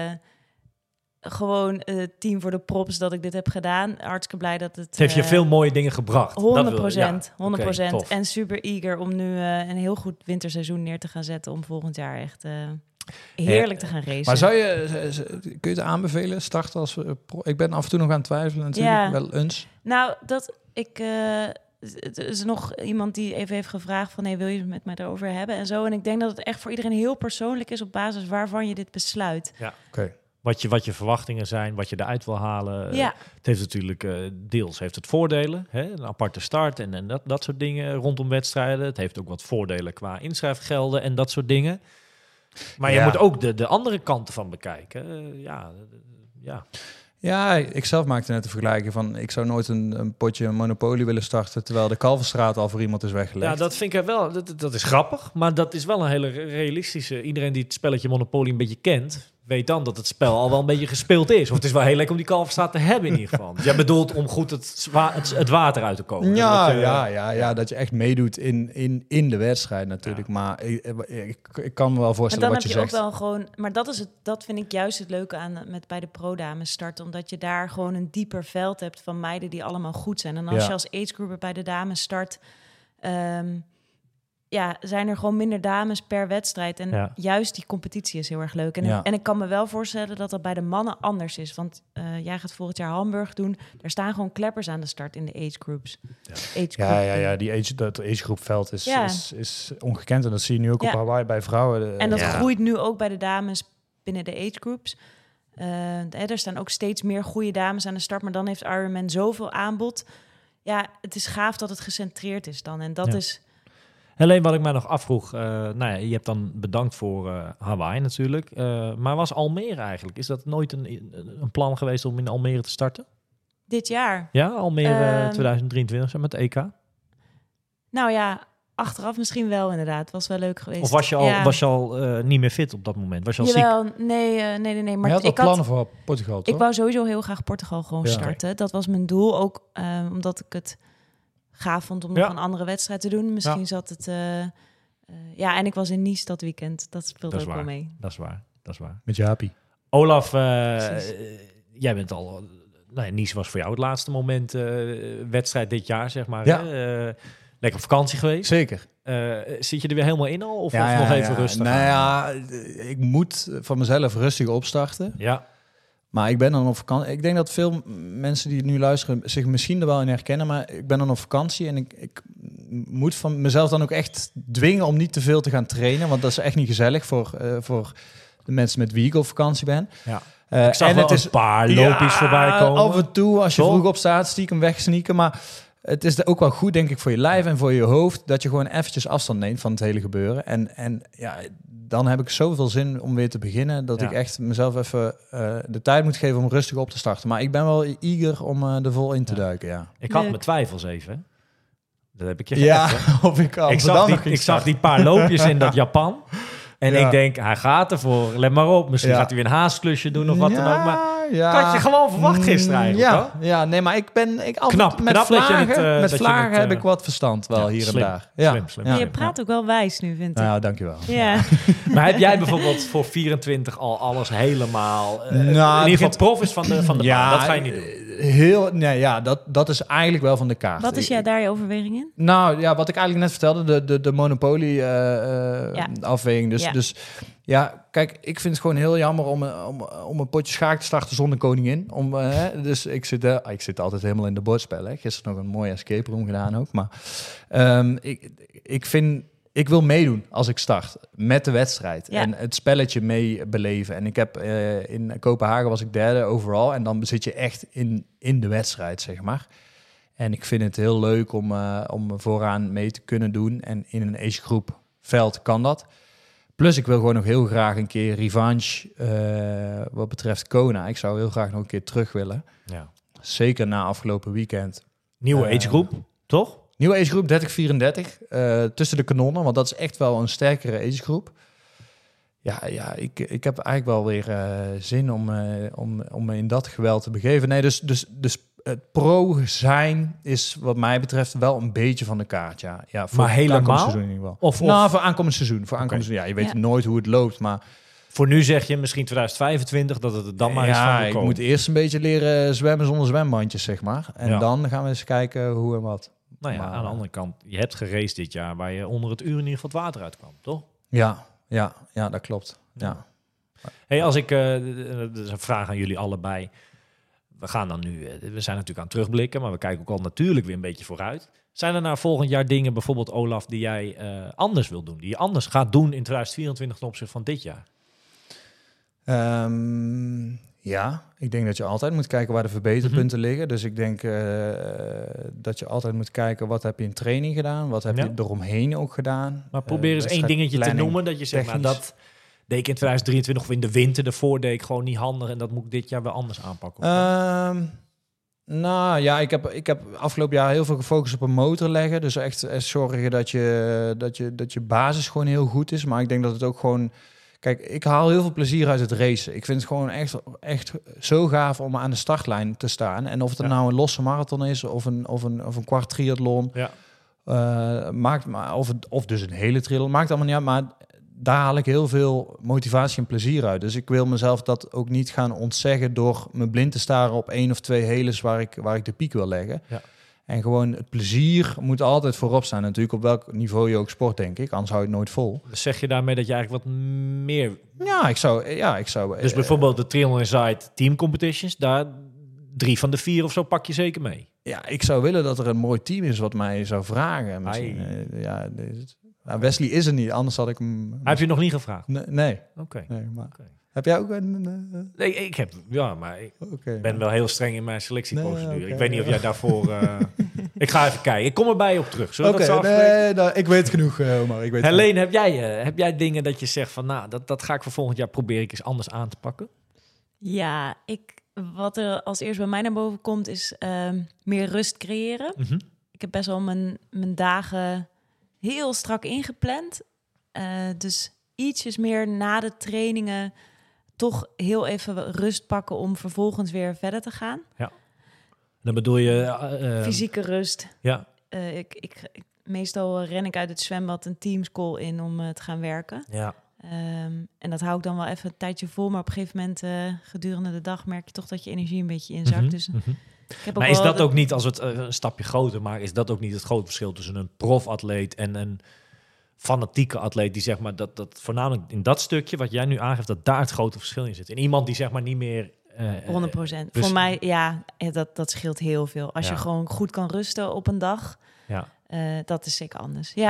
gewoon 10 voor de props dat ik dit heb gedaan. Hartstikke blij dat het... heeft je veel mooie dingen gebracht. 100%. 100%. Okay, en super eager om nu een heel goed winterseizoen neer te gaan zetten... om volgend jaar echt heerlijk te gaan racen. Maar kun je het aanbevelen? Starten als ik ben af en toe nog aan het twijfelen natuurlijk. Wel eens. Nou, er is nog iemand die even heeft gevraagd van... wil je het met mij erover hebben en zo. En ik denk dat het echt voor iedereen heel persoonlijk is... op basis waarvan je dit besluit. Ja, oké. Wat je verwachtingen zijn, wat je eruit wil halen. Ja. Het heeft natuurlijk deels heeft het voordelen. Hè? Een aparte start en dat soort dingen rondom wedstrijden. Het heeft ook wat voordelen qua inschrijfgelden en dat soort dingen. Maar je moet ook de andere kanten van bekijken. Ja, ik zelf maakte net de vergelijking van... ik zou nooit een potje Monopoly willen starten... terwijl de Kalverstraat al voor iemand is weggelegd. Ja, dat vind ik wel... Dat is grappig, maar dat is wel een hele realistische... Iedereen die het spelletje Monopoly een beetje kent... weet dan dat het spel al wel een beetje gespeeld is. Of het is wel heel lekker om die Kalverstraat te hebben in ieder geval. Dus jij bedoelt om goed het water uit te komen. Ja, dat je echt meedoet in de wedstrijd natuurlijk. Ja. Maar ik kan me wel voorstellen wat je zegt. Ook wel gewoon, maar dat vind ik juist het leuke aan met bij de pro-dames starten. Omdat je daar gewoon een dieper veld hebt van meiden die allemaal goed zijn. En als je als agegroeper bij de dames start... zijn er gewoon minder dames per wedstrijd. En juist die competitie is heel erg leuk. En ik kan me wel voorstellen dat dat bij de mannen anders is. Want jij gaat volgend jaar Hamburg doen. Er staan gewoon kleppers aan de start in de agegroups. Dat agegroepveld is ongekend. En dat zie je nu ook op Hawaii bij vrouwen. En dat groeit nu ook bij de dames binnen de agegroups. Er staan ook steeds meer goede dames aan de start. Maar dan heeft Ironman zoveel aanbod. Ja, het is gaaf dat het gecentreerd is dan. En dat is... Alleen wat ik mij nog afvroeg, je hebt dan bedankt voor Hawaii natuurlijk. Maar was Almere eigenlijk? Is dat nooit een plan geweest om in Almere te starten? Dit jaar? Ja, Almere 2023 met EK. Nou ja, achteraf misschien wel inderdaad. Het was wel leuk geweest. Of was je al niet meer fit op dat moment? Was je al ziek? Nee. Maar je had al plannen voor Portugal, toch? Ik wou sowieso heel graag Portugal gewoon starten. Dat was mijn doel, ook omdat ik het... gaaf vond om nog een andere wedstrijd te doen. Misschien zat het... en ik was in Nice dat weekend. Dat speelde ook wel mee. Dat is waar. Met Jaapie. Olaf, jij bent al... Nice was voor jou het laatste moment wedstrijd dit jaar, zeg maar. Ja. Lekker op vakantie geweest. Zeker. Zit je er weer helemaal in al? Of nog even rustig? Ik moet van mezelf rustig opstarten. Ja. Maar ik ben dan op vakantie. Ik denk dat veel mensen die nu luisteren zich misschien er wel in herkennen. Maar ik ben dan op vakantie en ik moet van mezelf dan ook echt dwingen om niet te veel te gaan trainen. Want dat is echt niet gezellig voor de mensen met wie ik op vakantie ben. Ja. Ik zag wel een paar loopjes voorbij komen. Af en toe, als je vroeg opstaat, stiekem wegsneaken. Maar het is ook wel goed, denk ik, voor je lijf en voor je hoofd, dat je gewoon eventjes afstand neemt van het hele gebeuren. En ja, dan heb ik zoveel zin om weer te beginnen, dat ik echt mezelf even de tijd moet geven om rustig op te starten. Maar ik ben wel eager om er vol in te duiken, ja. Ik had mijn twijfels even. Dat heb ik je gezegd. Of ik zag die paar loopjes in dat Japan. En ik denk, hij gaat ervoor. Let maar op. Misschien gaat hij weer een haasklusje doen of wat dan ook. Maar had je gewoon verwacht gisteren eigenlijk, hoor? Ja, nee, maar ik altijd knap met vlagen heb ik wat verstand wel hier slim, en daar. Ja. Slim. Je praat ook wel wijs nu, vind ik. Nou, dankjewel. Ja. Maar heb jij bijvoorbeeld voor 24 al alles helemaal... in ieder geval prof is van de baan. Dat ga je niet doen. Dat is eigenlijk wel van de kaart. Wat is daar je overweging in? Nou ja, wat ik eigenlijk net vertelde, de Monopoly afweging. Dus ja, kijk, ik vind het gewoon heel jammer om een potje schaak te starten zonder koningin. Dus ik zit altijd helemaal in de bordspellen. Gisteren nog een mooie escape room gedaan ook. Maar ik wil meedoen als ik start met de wedstrijd. Ja. En het spelletje mee beleven. En ik heb in Kopenhagen was ik derde overal. En dan zit je echt in de wedstrijd, zeg maar. En ik vind het heel leuk om vooraan mee te kunnen doen. En in een agegroep veld kan dat. Plus ik wil gewoon nog heel graag een keer revanche wat betreft Kona. Ik zou heel graag nog een keer terug willen. Ja. Zeker na afgelopen weekend. Nieuwe agegroep, toch? Nieuwe agegroep, 30-34. Tussen de kanonnen, want dat is echt wel een sterkere agegroep. Ja, ik heb eigenlijk wel weer zin om me in dat geweld te begeven. Nee, dus het pro zijn is wat mij betreft wel een beetje van de kaart, ja. Voor maar helemaal? Seizoen in ieder geval. Of voor aankomend seizoen. Ja, je weet nooit hoe het loopt, maar... Voor nu zeg je misschien 2025 dat het dan maar is van de ik moet eerst een beetje leren zwemmen zonder zwembandjes, zeg maar. En dan gaan we eens kijken hoe en wat. Nou ja, aan de andere kant, je hebt geraced dit jaar waar je onder het uur in ieder geval het water uitkwam, toch? Ja, dat klopt. Ja. Hey, als ik, dat is een vraag aan jullie allebei. We gaan dan nu, we zijn natuurlijk aan het terugblikken, maar we kijken ook al natuurlijk weer een beetje vooruit. Zijn er nou volgend jaar dingen, bijvoorbeeld Olaf, die jij anders wil doen? Die je anders gaat doen in 2024 ten opzichte van dit jaar? Ja, ik denk dat je altijd moet kijken waar de verbeterpunten liggen. Dus ik denk dat je altijd moet kijken, wat heb je in training gedaan? Wat heb je eromheen ook gedaan? Maar probeer eens één dingetje te noemen, dat je zegt, nou, dat deed ik in 2023 of in de winter ervoor deed ik gewoon niet handig en dat moet ik dit jaar wel anders aanpakken. Nou ja, ik heb afgelopen jaar heel veel gefocust op een motor leggen. Dus echt zorgen dat je basis gewoon heel goed is. Maar ik denk dat het ook gewoon... Kijk, ik haal heel veel plezier uit het racen. Ik vind het gewoon echt zo gaaf om aan de startlijn te staan. En of het nou een losse marathon is of een kwart triathlon. Of dus een hele triathlon. Maakt allemaal niet uit, maar daar haal ik heel veel motivatie en plezier uit. Dus ik wil mezelf dat ook niet gaan ontzeggen door me blind te staren op 1 of 2 heles waar ik de piek wil leggen. Ja. En gewoon het plezier moet altijd voorop staan. Natuurlijk op welk niveau je ook sport, denk ik. Anders hou je het nooit vol. Dus zeg je daarmee dat je eigenlijk wat meer... Ja, ik zou... Dus bijvoorbeeld de Triathlon Insight Team Competitions, daar 3 van de 4 of zo pak je zeker mee? Ja, ik zou willen dat er een mooi team is wat mij zou vragen. Wesley is er niet, anders had ik hem... Heb je nog niet gevraagd? Nee. Oké. Nee, maar... Heb jij ook een... Nee, ik heb... Ja, maar ik ben wel heel streng in mijn selectieprocedure. Ik weet niet of jij daarvoor... ik ga even kijken. Ik kom erbij op terug. Ik weet genoeg, Omar. Helene, heb jij dingen dat je zegt van... Nou, dat ga ik voor volgend jaar proberen ik eens anders aan te pakken? Ja, wat er als eerst bij mij naar boven komt is meer rust creëren. Mm-hmm. Ik heb best wel mijn dagen heel strak ingepland. Dus ietsjes meer na de trainingen toch heel even rust pakken om vervolgens weer verder te gaan. Ja. Dan bedoel je... fysieke rust. Ja. Meestal ren ik uit het zwembad een Teams-call in om te gaan werken. Ja. En dat hou ik dan wel even een tijdje vol. Maar op een gegeven moment gedurende de dag merk je toch dat je energie een beetje inzakt. Mm-hmm. Dus, maar is dat ook niet, als het een stapje groter maakt, is dat ook niet het grote verschil tussen een profatleet en een fanatieke atleet die zeg maar dat voornamelijk in dat stukje wat jij nu aangeeft, dat daar het grote verschil in zit. En iemand die zeg maar niet meer... 100%. Voor mij, dat scheelt heel veel. Als je gewoon goed kan rusten op een dag, dat is zeker anders. Ja.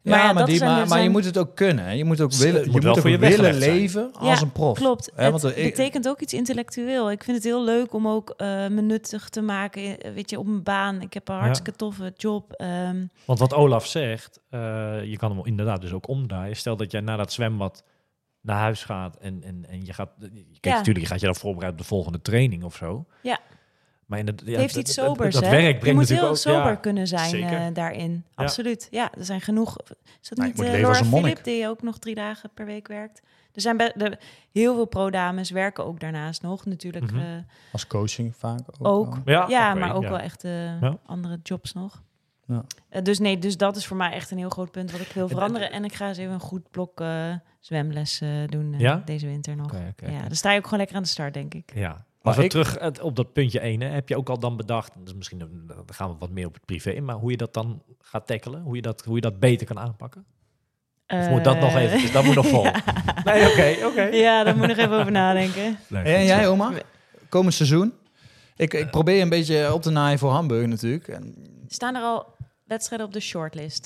Maar je moet het ook kunnen. Hè? Je moet ook willen, je moet ook willen leven als een prof. Klopt. Het betekent ook iets intellectueel. Ik vind het heel leuk om ook me nuttig te maken, weet je, op mijn baan. Ik heb een hartstikke toffe job. Want wat Olaf zegt, je kan hem inderdaad dus ook omdraaien. Stel dat jij na dat zwembad naar huis gaat en je gaat... Natuurlijk, je gaat je dan voorbereiden op de volgende training of zo. Ja. Maar het heeft iets sobers, dat werk brengt je moet heel ook, sober kunnen zijn daarin. Ja. Absoluut. Ja, er zijn genoeg... Is dat niet Laura Philip, die ook nog 3 dagen per week werkt? Er zijn heel veel pro-dames werken ook daarnaast nog natuurlijk. Als coaching vaak ook. Maar ook wel echt andere jobs nog. Ja. Dus dat is voor mij echt een heel groot punt wat ik wil veranderen. En ik ga eens even een goed blok zwemles doen deze winter nog. Okay. Dan sta je ook gewoon lekker aan de start, denk ik. Ja. Als we terug op dat puntje 1, heb je ook al dan bedacht, dus misschien dan gaan we wat meer op het privé, maar hoe je dat dan gaat tackelen, hoe je dat beter kan aanpakken? Of moet dat nog even? Dus dat moet nog vol. Nee, oké. Ja, daar moet ik nog even over nadenken. En jij, Oma? Komend seizoen? Ik probeer een beetje op te naaien voor Hamburg natuurlijk. Staan er al wedstrijden op de shortlist?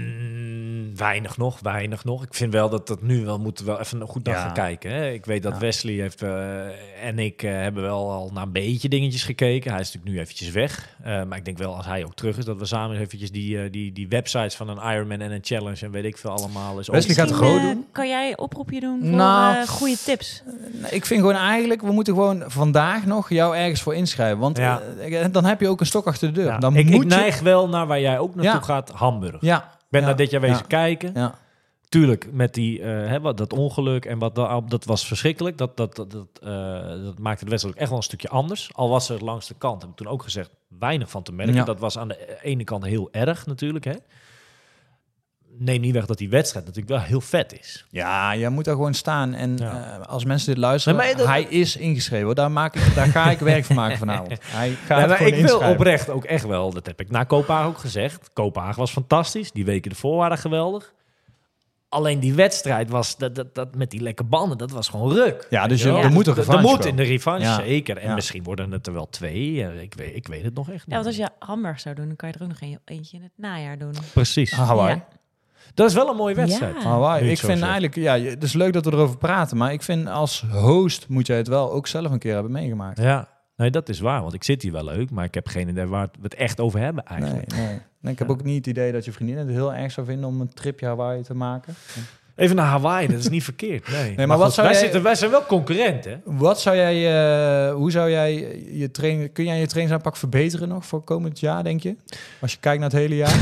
Weinig nog. Ik vind wel dat nu wel moeten we even goed naar gaan kijken. Hè? Ik weet dat Wesley heeft en ik hebben wel al naar een beetje dingetjes gekeken. Hij is natuurlijk nu eventjes weg. Maar ik denk wel als hij ook terug is, dat we samen eventjes die websites van een Ironman en een Challenge en weet ik veel allemaal eens. Wesley gaat het gewoon doen. Kan jij een oproepje doen voor goede tips? Ik vind gewoon eigenlijk, we moeten gewoon vandaag nog jou ergens voor inschrijven. Want dan heb je ook een stok achter de deur. Ja. Dan ik neig wel naar waar jij ook naartoe gaat, Hamburg. Ja. Ik ben daar dit jaar wezen kijken. Ja. Tuurlijk, met dat ongeluk en dat was verschrikkelijk. Dat maakte de wedstrijd ook echt wel een stukje anders. Al was er langs de kant, heb ik toen ook gezegd, weinig van te merken. Ja. Dat was aan de ene kant heel erg natuurlijk. Hè. Neem niet weg dat die wedstrijd natuurlijk wel heel vet is. Ja, je moet daar gewoon staan. En als mensen dit luisteren, hij is ingeschreven. Daar ga ik werk van maken vanavond. Hij gaat ik wil oprecht ook echt wel, dat heb ik na Kopenhagen ook gezegd. Kopenhagen was fantastisch. Die weken ervoor waren geweldig. Alleen die wedstrijd was, dat met die lekke banden, dat was gewoon ruk. Ja, dus er moet een revanche komen. In de revanche, zeker. En misschien worden het er wel 2. Ik weet het nog echt niet. Ja, want als je Hamburg zou doen, dan kan je er ook nog eentje in het najaar doen. Precies. Hawaii. Ja. Dat is wel een mooie wedstrijd. Ja. Hawaii. Ik vind eigenlijk, het is leuk dat we erover praten, maar ik vind als host moet jij het wel ook zelf een keer hebben meegemaakt. Ja, nee, dat is waar, want ik zit hier wel leuk, maar ik heb geen idee waar we het echt over hebben eigenlijk. Nee, ik heb ook niet het idee dat je vriendin het heel erg zou vinden om een tripje Hawaii te maken. Even naar Hawaii, dat is niet verkeerd. Nee, maar wat wij zijn wel concurrenten. Wat zou jij, hoe zou jij je training, kun jij je trainingsaanpak verbeteren nog voor komend jaar, denk je? Als je kijkt naar het hele jaar.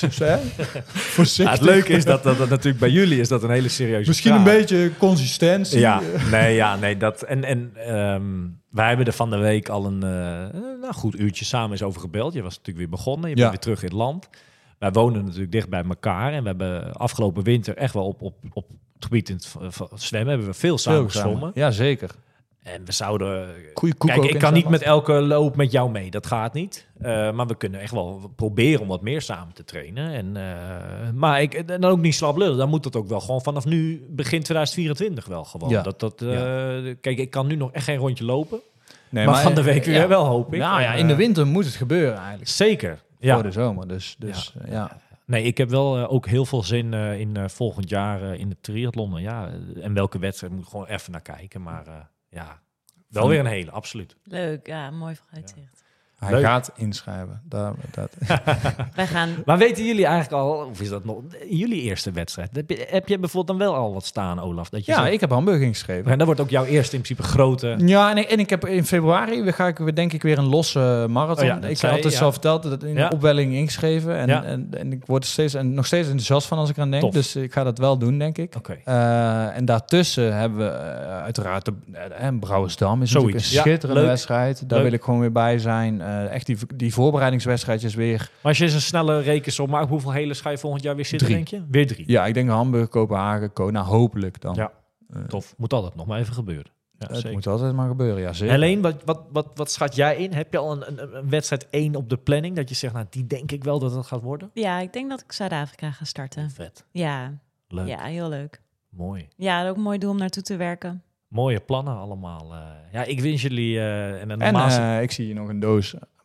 Het leuke is dat natuurlijk bij jullie is dat een hele serieuze Misschien vraag. Een beetje consistentie. Ja, nee, dat en wij hebben er van de week al een goed uurtje samen eens over gebeld. Je was natuurlijk weer begonnen, je bent weer terug in het land. Wij wonen natuurlijk dicht bij elkaar en we hebben afgelopen winter echt wel op het gebied van zwemmen hebben we veel samen gezwommen. Ja, zeker. En we zouden... Kijk, ik kan niet met elke loop met jou mee, dat gaat niet. Maar we kunnen echt wel proberen om wat meer samen te trainen. Maar dan ook niet slap lullen. Dan moet dat ook wel gewoon vanaf nu, begin 2024 wel gewoon. Ja. Kijk, ik kan nu nog echt geen rondje lopen. Nee, maar van de week weer wel, hoop ik. Nou ja, in de winter moet het gebeuren eigenlijk. Zeker. Voor de zomer, dus. Nee, ik heb wel ook heel veel zin in volgend jaar in de triathlon. En welke wedstrijd moet ik gewoon even naar kijken. Maar wel weer een hele, absoluut. Leuk, mooi vooruitzicht. Hij gaat inschrijven. Wij gaan... Maar weten jullie eigenlijk al, of is dat nog jullie eerste wedstrijd? Heb je bijvoorbeeld dan wel al wat staan, Olaf? Dat je ik heb Hamburg ingeschreven. En dat wordt ook jouw eerste in principe grote... Ja, en ik heb in februari ga ik denk ik weer een losse marathon. Ik had het al verteld, dat in de opwelling ingeschreven. En ik word nog steeds enthousiast van als ik aan denk. Tof. Dus ik ga dat wel doen, denk ik. Okay. En daartussen hebben we uiteraard Brouwersdam is natuurlijk een schitterende wedstrijd. Daar wil ik gewoon weer bij zijn. Echt die voorbereidingswedstrijdjes weer. Maar als je eens een snelle rekensom maakt, hoeveel hele ga je volgend jaar weer zitten, 3. denk je? Weer 3. Ja, ik denk Hamburg, Kopenhagen, hopelijk dan. Ja, tof. Moet altijd nog maar even gebeuren. Ja, het moet altijd maar gebeuren, ja zeker. Helene, wat schat jij in? Heb je al een wedstrijd 1 op de planning? Dat je zegt, nou, die denk ik wel dat het gaat worden? Ja, ik denk dat ik Zuid-Afrika ga starten. Vet. Ja. Leuk. Ja, heel leuk. Mooi. Ja, ook een mooi doel om naartoe te werken. Mooie plannen allemaal. Ik wens jullie... ik zie hier nog een doos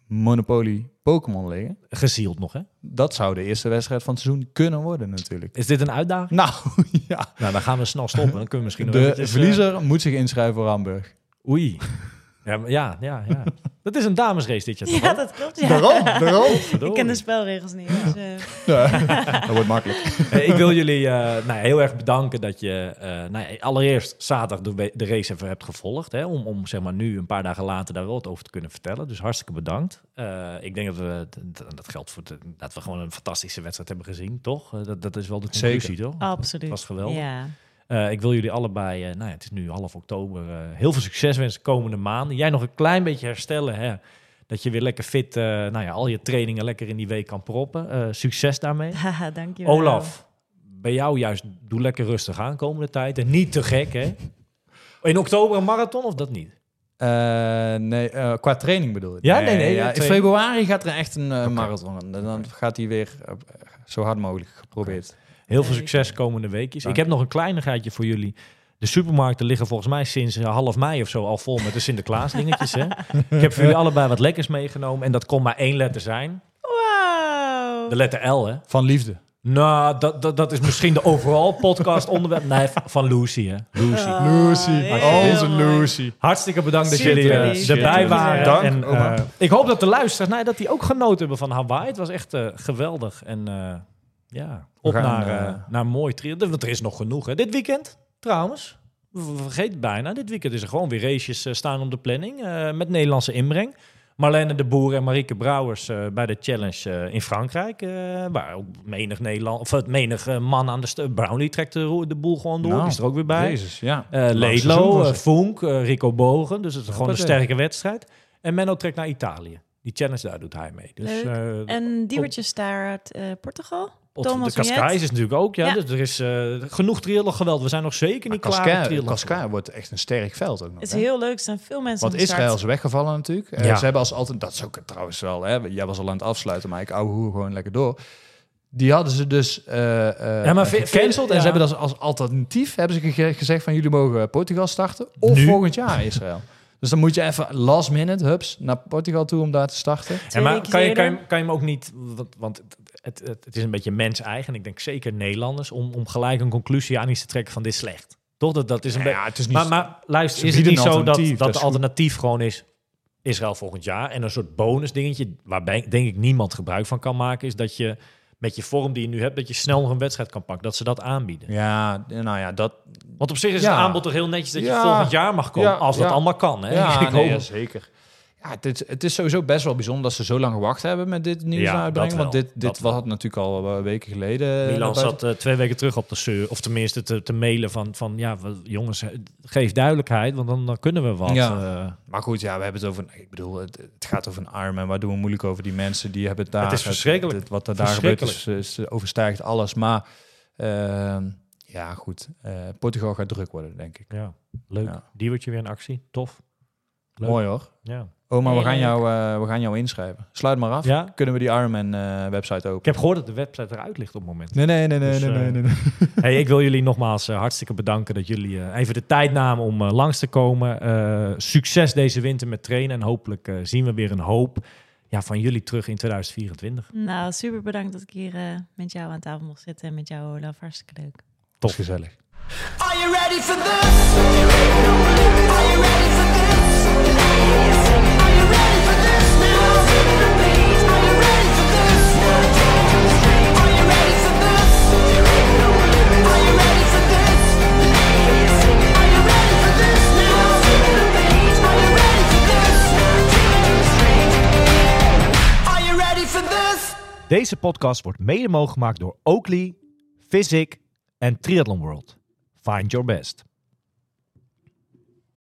Monopoly Pokémon liggen. Gezield nog, hè? Dat zou de eerste wedstrijd van het seizoen kunnen worden natuurlijk. Is dit een uitdaging? Nou, ja. Nou, dan gaan we snel stoppen. Dan kunnen we misschien nog De eventjes, verliezer moet zich inschrijven voor Hamburg. Oei. Ja. Dat is een damesrace dit jaar, toch? Ja, dat klopt. Ja. Daarom. Ik ken de spelregels niet. Dus, Dat wordt makkelijk. Ik wil jullie heel erg bedanken dat je allereerst zaterdag de race even hebt gevolgd. Hè, om zeg maar nu een paar dagen later daar wel wat over te kunnen vertellen. Dus hartstikke bedankt. Ik denk dat geldt voor dat we gewoon een fantastische wedstrijd hebben gezien, toch? Dat is wel de conclusie, toch? absoluut. Dat was geweldig. Ja. Ik wil jullie allebei, het is nu half oktober, heel veel succes wensen de komende maanden. Jij nog een klein beetje herstellen, hè? Dat je weer lekker fit, al je trainingen lekker in die week kan proppen. Succes daarmee. Haha, dankjewel. Olaf, bij jou juist, doe lekker rustig aan komende tijd. En niet te gek, hè? In oktober een marathon of dat niet? Nee, qua training bedoel ik. Ja, nee. Ja, in februari gaat er echt een marathon. En dan gaat hij weer zo hard mogelijk geprobeerd. Heel veel succes komende weekjes. Dank. Ik heb nog een kleinigheidje voor jullie. De supermarkten liggen volgens mij sinds half mei of zo al vol met de Sinterklaas dingetjes. Hè? Ik heb voor jullie allebei wat lekkers meegenomen. En dat kon maar 1 letter zijn. Wow. De letter L, hè? Van liefde. Nou, dat is misschien de overall podcast onderwerp. Nee, van Lucy, hè? Lucy. Onze Lucy. Hartstikke bedankt dat Super jullie lief. erbij waren. Dank, En, oma. ik hoop dat de luisteraars, dat die ook genoten hebben van Hawaii. Het was echt geweldig. En op naar een mooi trio. Want er is nog genoeg, hè? Dit weekend, trouwens, we vergeten het bijna. Dit weekend is er gewoon weer races staan op de planning. Met Nederlandse inbreng. Marlene de Boer en Marieke Brouwers bij de challenge in Frankrijk. Waar ook menig man aan de Brownlee trekt de boel gewoon door. Nou, Die is er ook weer bij. Jezus, ja. Ledlo, Funk, Rico Bogen. Dus het is gewoon een sterke wedstrijd. En Menno trekt naar Italië. Die challenge, daar doet hij mee. Dus, En Diewertjes daar uit Portugal? de Thomas Cascais is natuurlijk ook. Ja. Ja. Dus er is genoeg triathlon geweld. We zijn nog zeker niet klaar met triathlon. Cascais wordt echt een sterk veld ook nog. Het is hè? heel leuk. Er zijn veel mensen Want aan de start. Israël is weggevallen natuurlijk. Ja. Ze hebben als altijd, dat is ook trouwens wel, hè, jij was al aan het afsluiten, maar ik ouwe hoer gewoon lekker door. Die hadden ze dus gecanceld en ze hebben dat als alternatief hebben ze gezegd van jullie mogen Portugal starten of Nu? volgend jaar Israël. Dus dan moet je even last minute, hups, naar Portugal toe om daar te starten. Ja, maar weken kan je eerder. hem ook niet... Want het is een beetje mens-eigen. Ik denk zeker Nederlanders. Om gelijk een conclusie aan iets te trekken van dit is slecht. Toch? Dat is een beetje... het is niet... Maar luister, ze is het bieden niet een zo dat alternatief, dat het is alternatief gewoon is Israël volgend jaar en een soort bonus dingetje waar denk ik niemand gebruik van kan maken, is dat je met je vorm die je nu hebt, dat je snel nog een wedstrijd kan pakken. Dat ze dat aanbieden. Ja, nou ja, dat... Want op zich is Ja. het aanbod toch heel netjes dat je Ja. volgend jaar mag komen, Ja, als dat ja. allemaal kan. Hè? Ja, Ik hoop- zeker. Ja, het is sowieso best wel bijzonder dat ze zo lang gewacht hebben met dit nieuws Ja, uitbrengen. dat Want wel, dit dat was wel. natuurlijk al weken geleden. Milan naar buiten. zat 2 weken terug op de zeur, of tenminste te mailen van ja, jongens, geef duidelijkheid, want dan kunnen we wat. Ja. Maar goed, ja, we hebben het over... Ik bedoel, het gaat over een Ironman. Waar doen we moeilijk over die mensen? Die hebben het daar... Het is verschrikkelijk. Wat er daar gebeurt is overstijgt alles. Maar ja, goed. Portugal gaat druk worden, denk ik. Ja, leuk. Ja. Diewertje weer in actie. Tof. Leuk. Mooi hoor. Ja. Oma, we Heel gaan jou inschrijven. Sluit maar af. Ja? Kunnen we die Ironman website Ik open? heb gehoord dat de website eruit ligt op het moment. Nee. Dus, Hey, ik wil jullie nogmaals hartstikke bedanken dat jullie even de tijd namen om langs te komen. Succes deze winter met trainen en hopelijk zien we weer een hoop van jullie terug in 2024. Nou, super bedankt dat ik hier met jou aan tafel mocht zitten en met jou, Olaf. Hartstikke leuk. Tot gezellig. Are you ready for this? Are you ready for this? Are you ready for this now? Are you ready for this? Are you ready for this? Are you ready for this? Are you ready for this now? Are you ready for this? Are you ready for this? Deze podcast wordt mede mogelijk gemaakt door Oakley, Physic en Triathlon World. Find your best.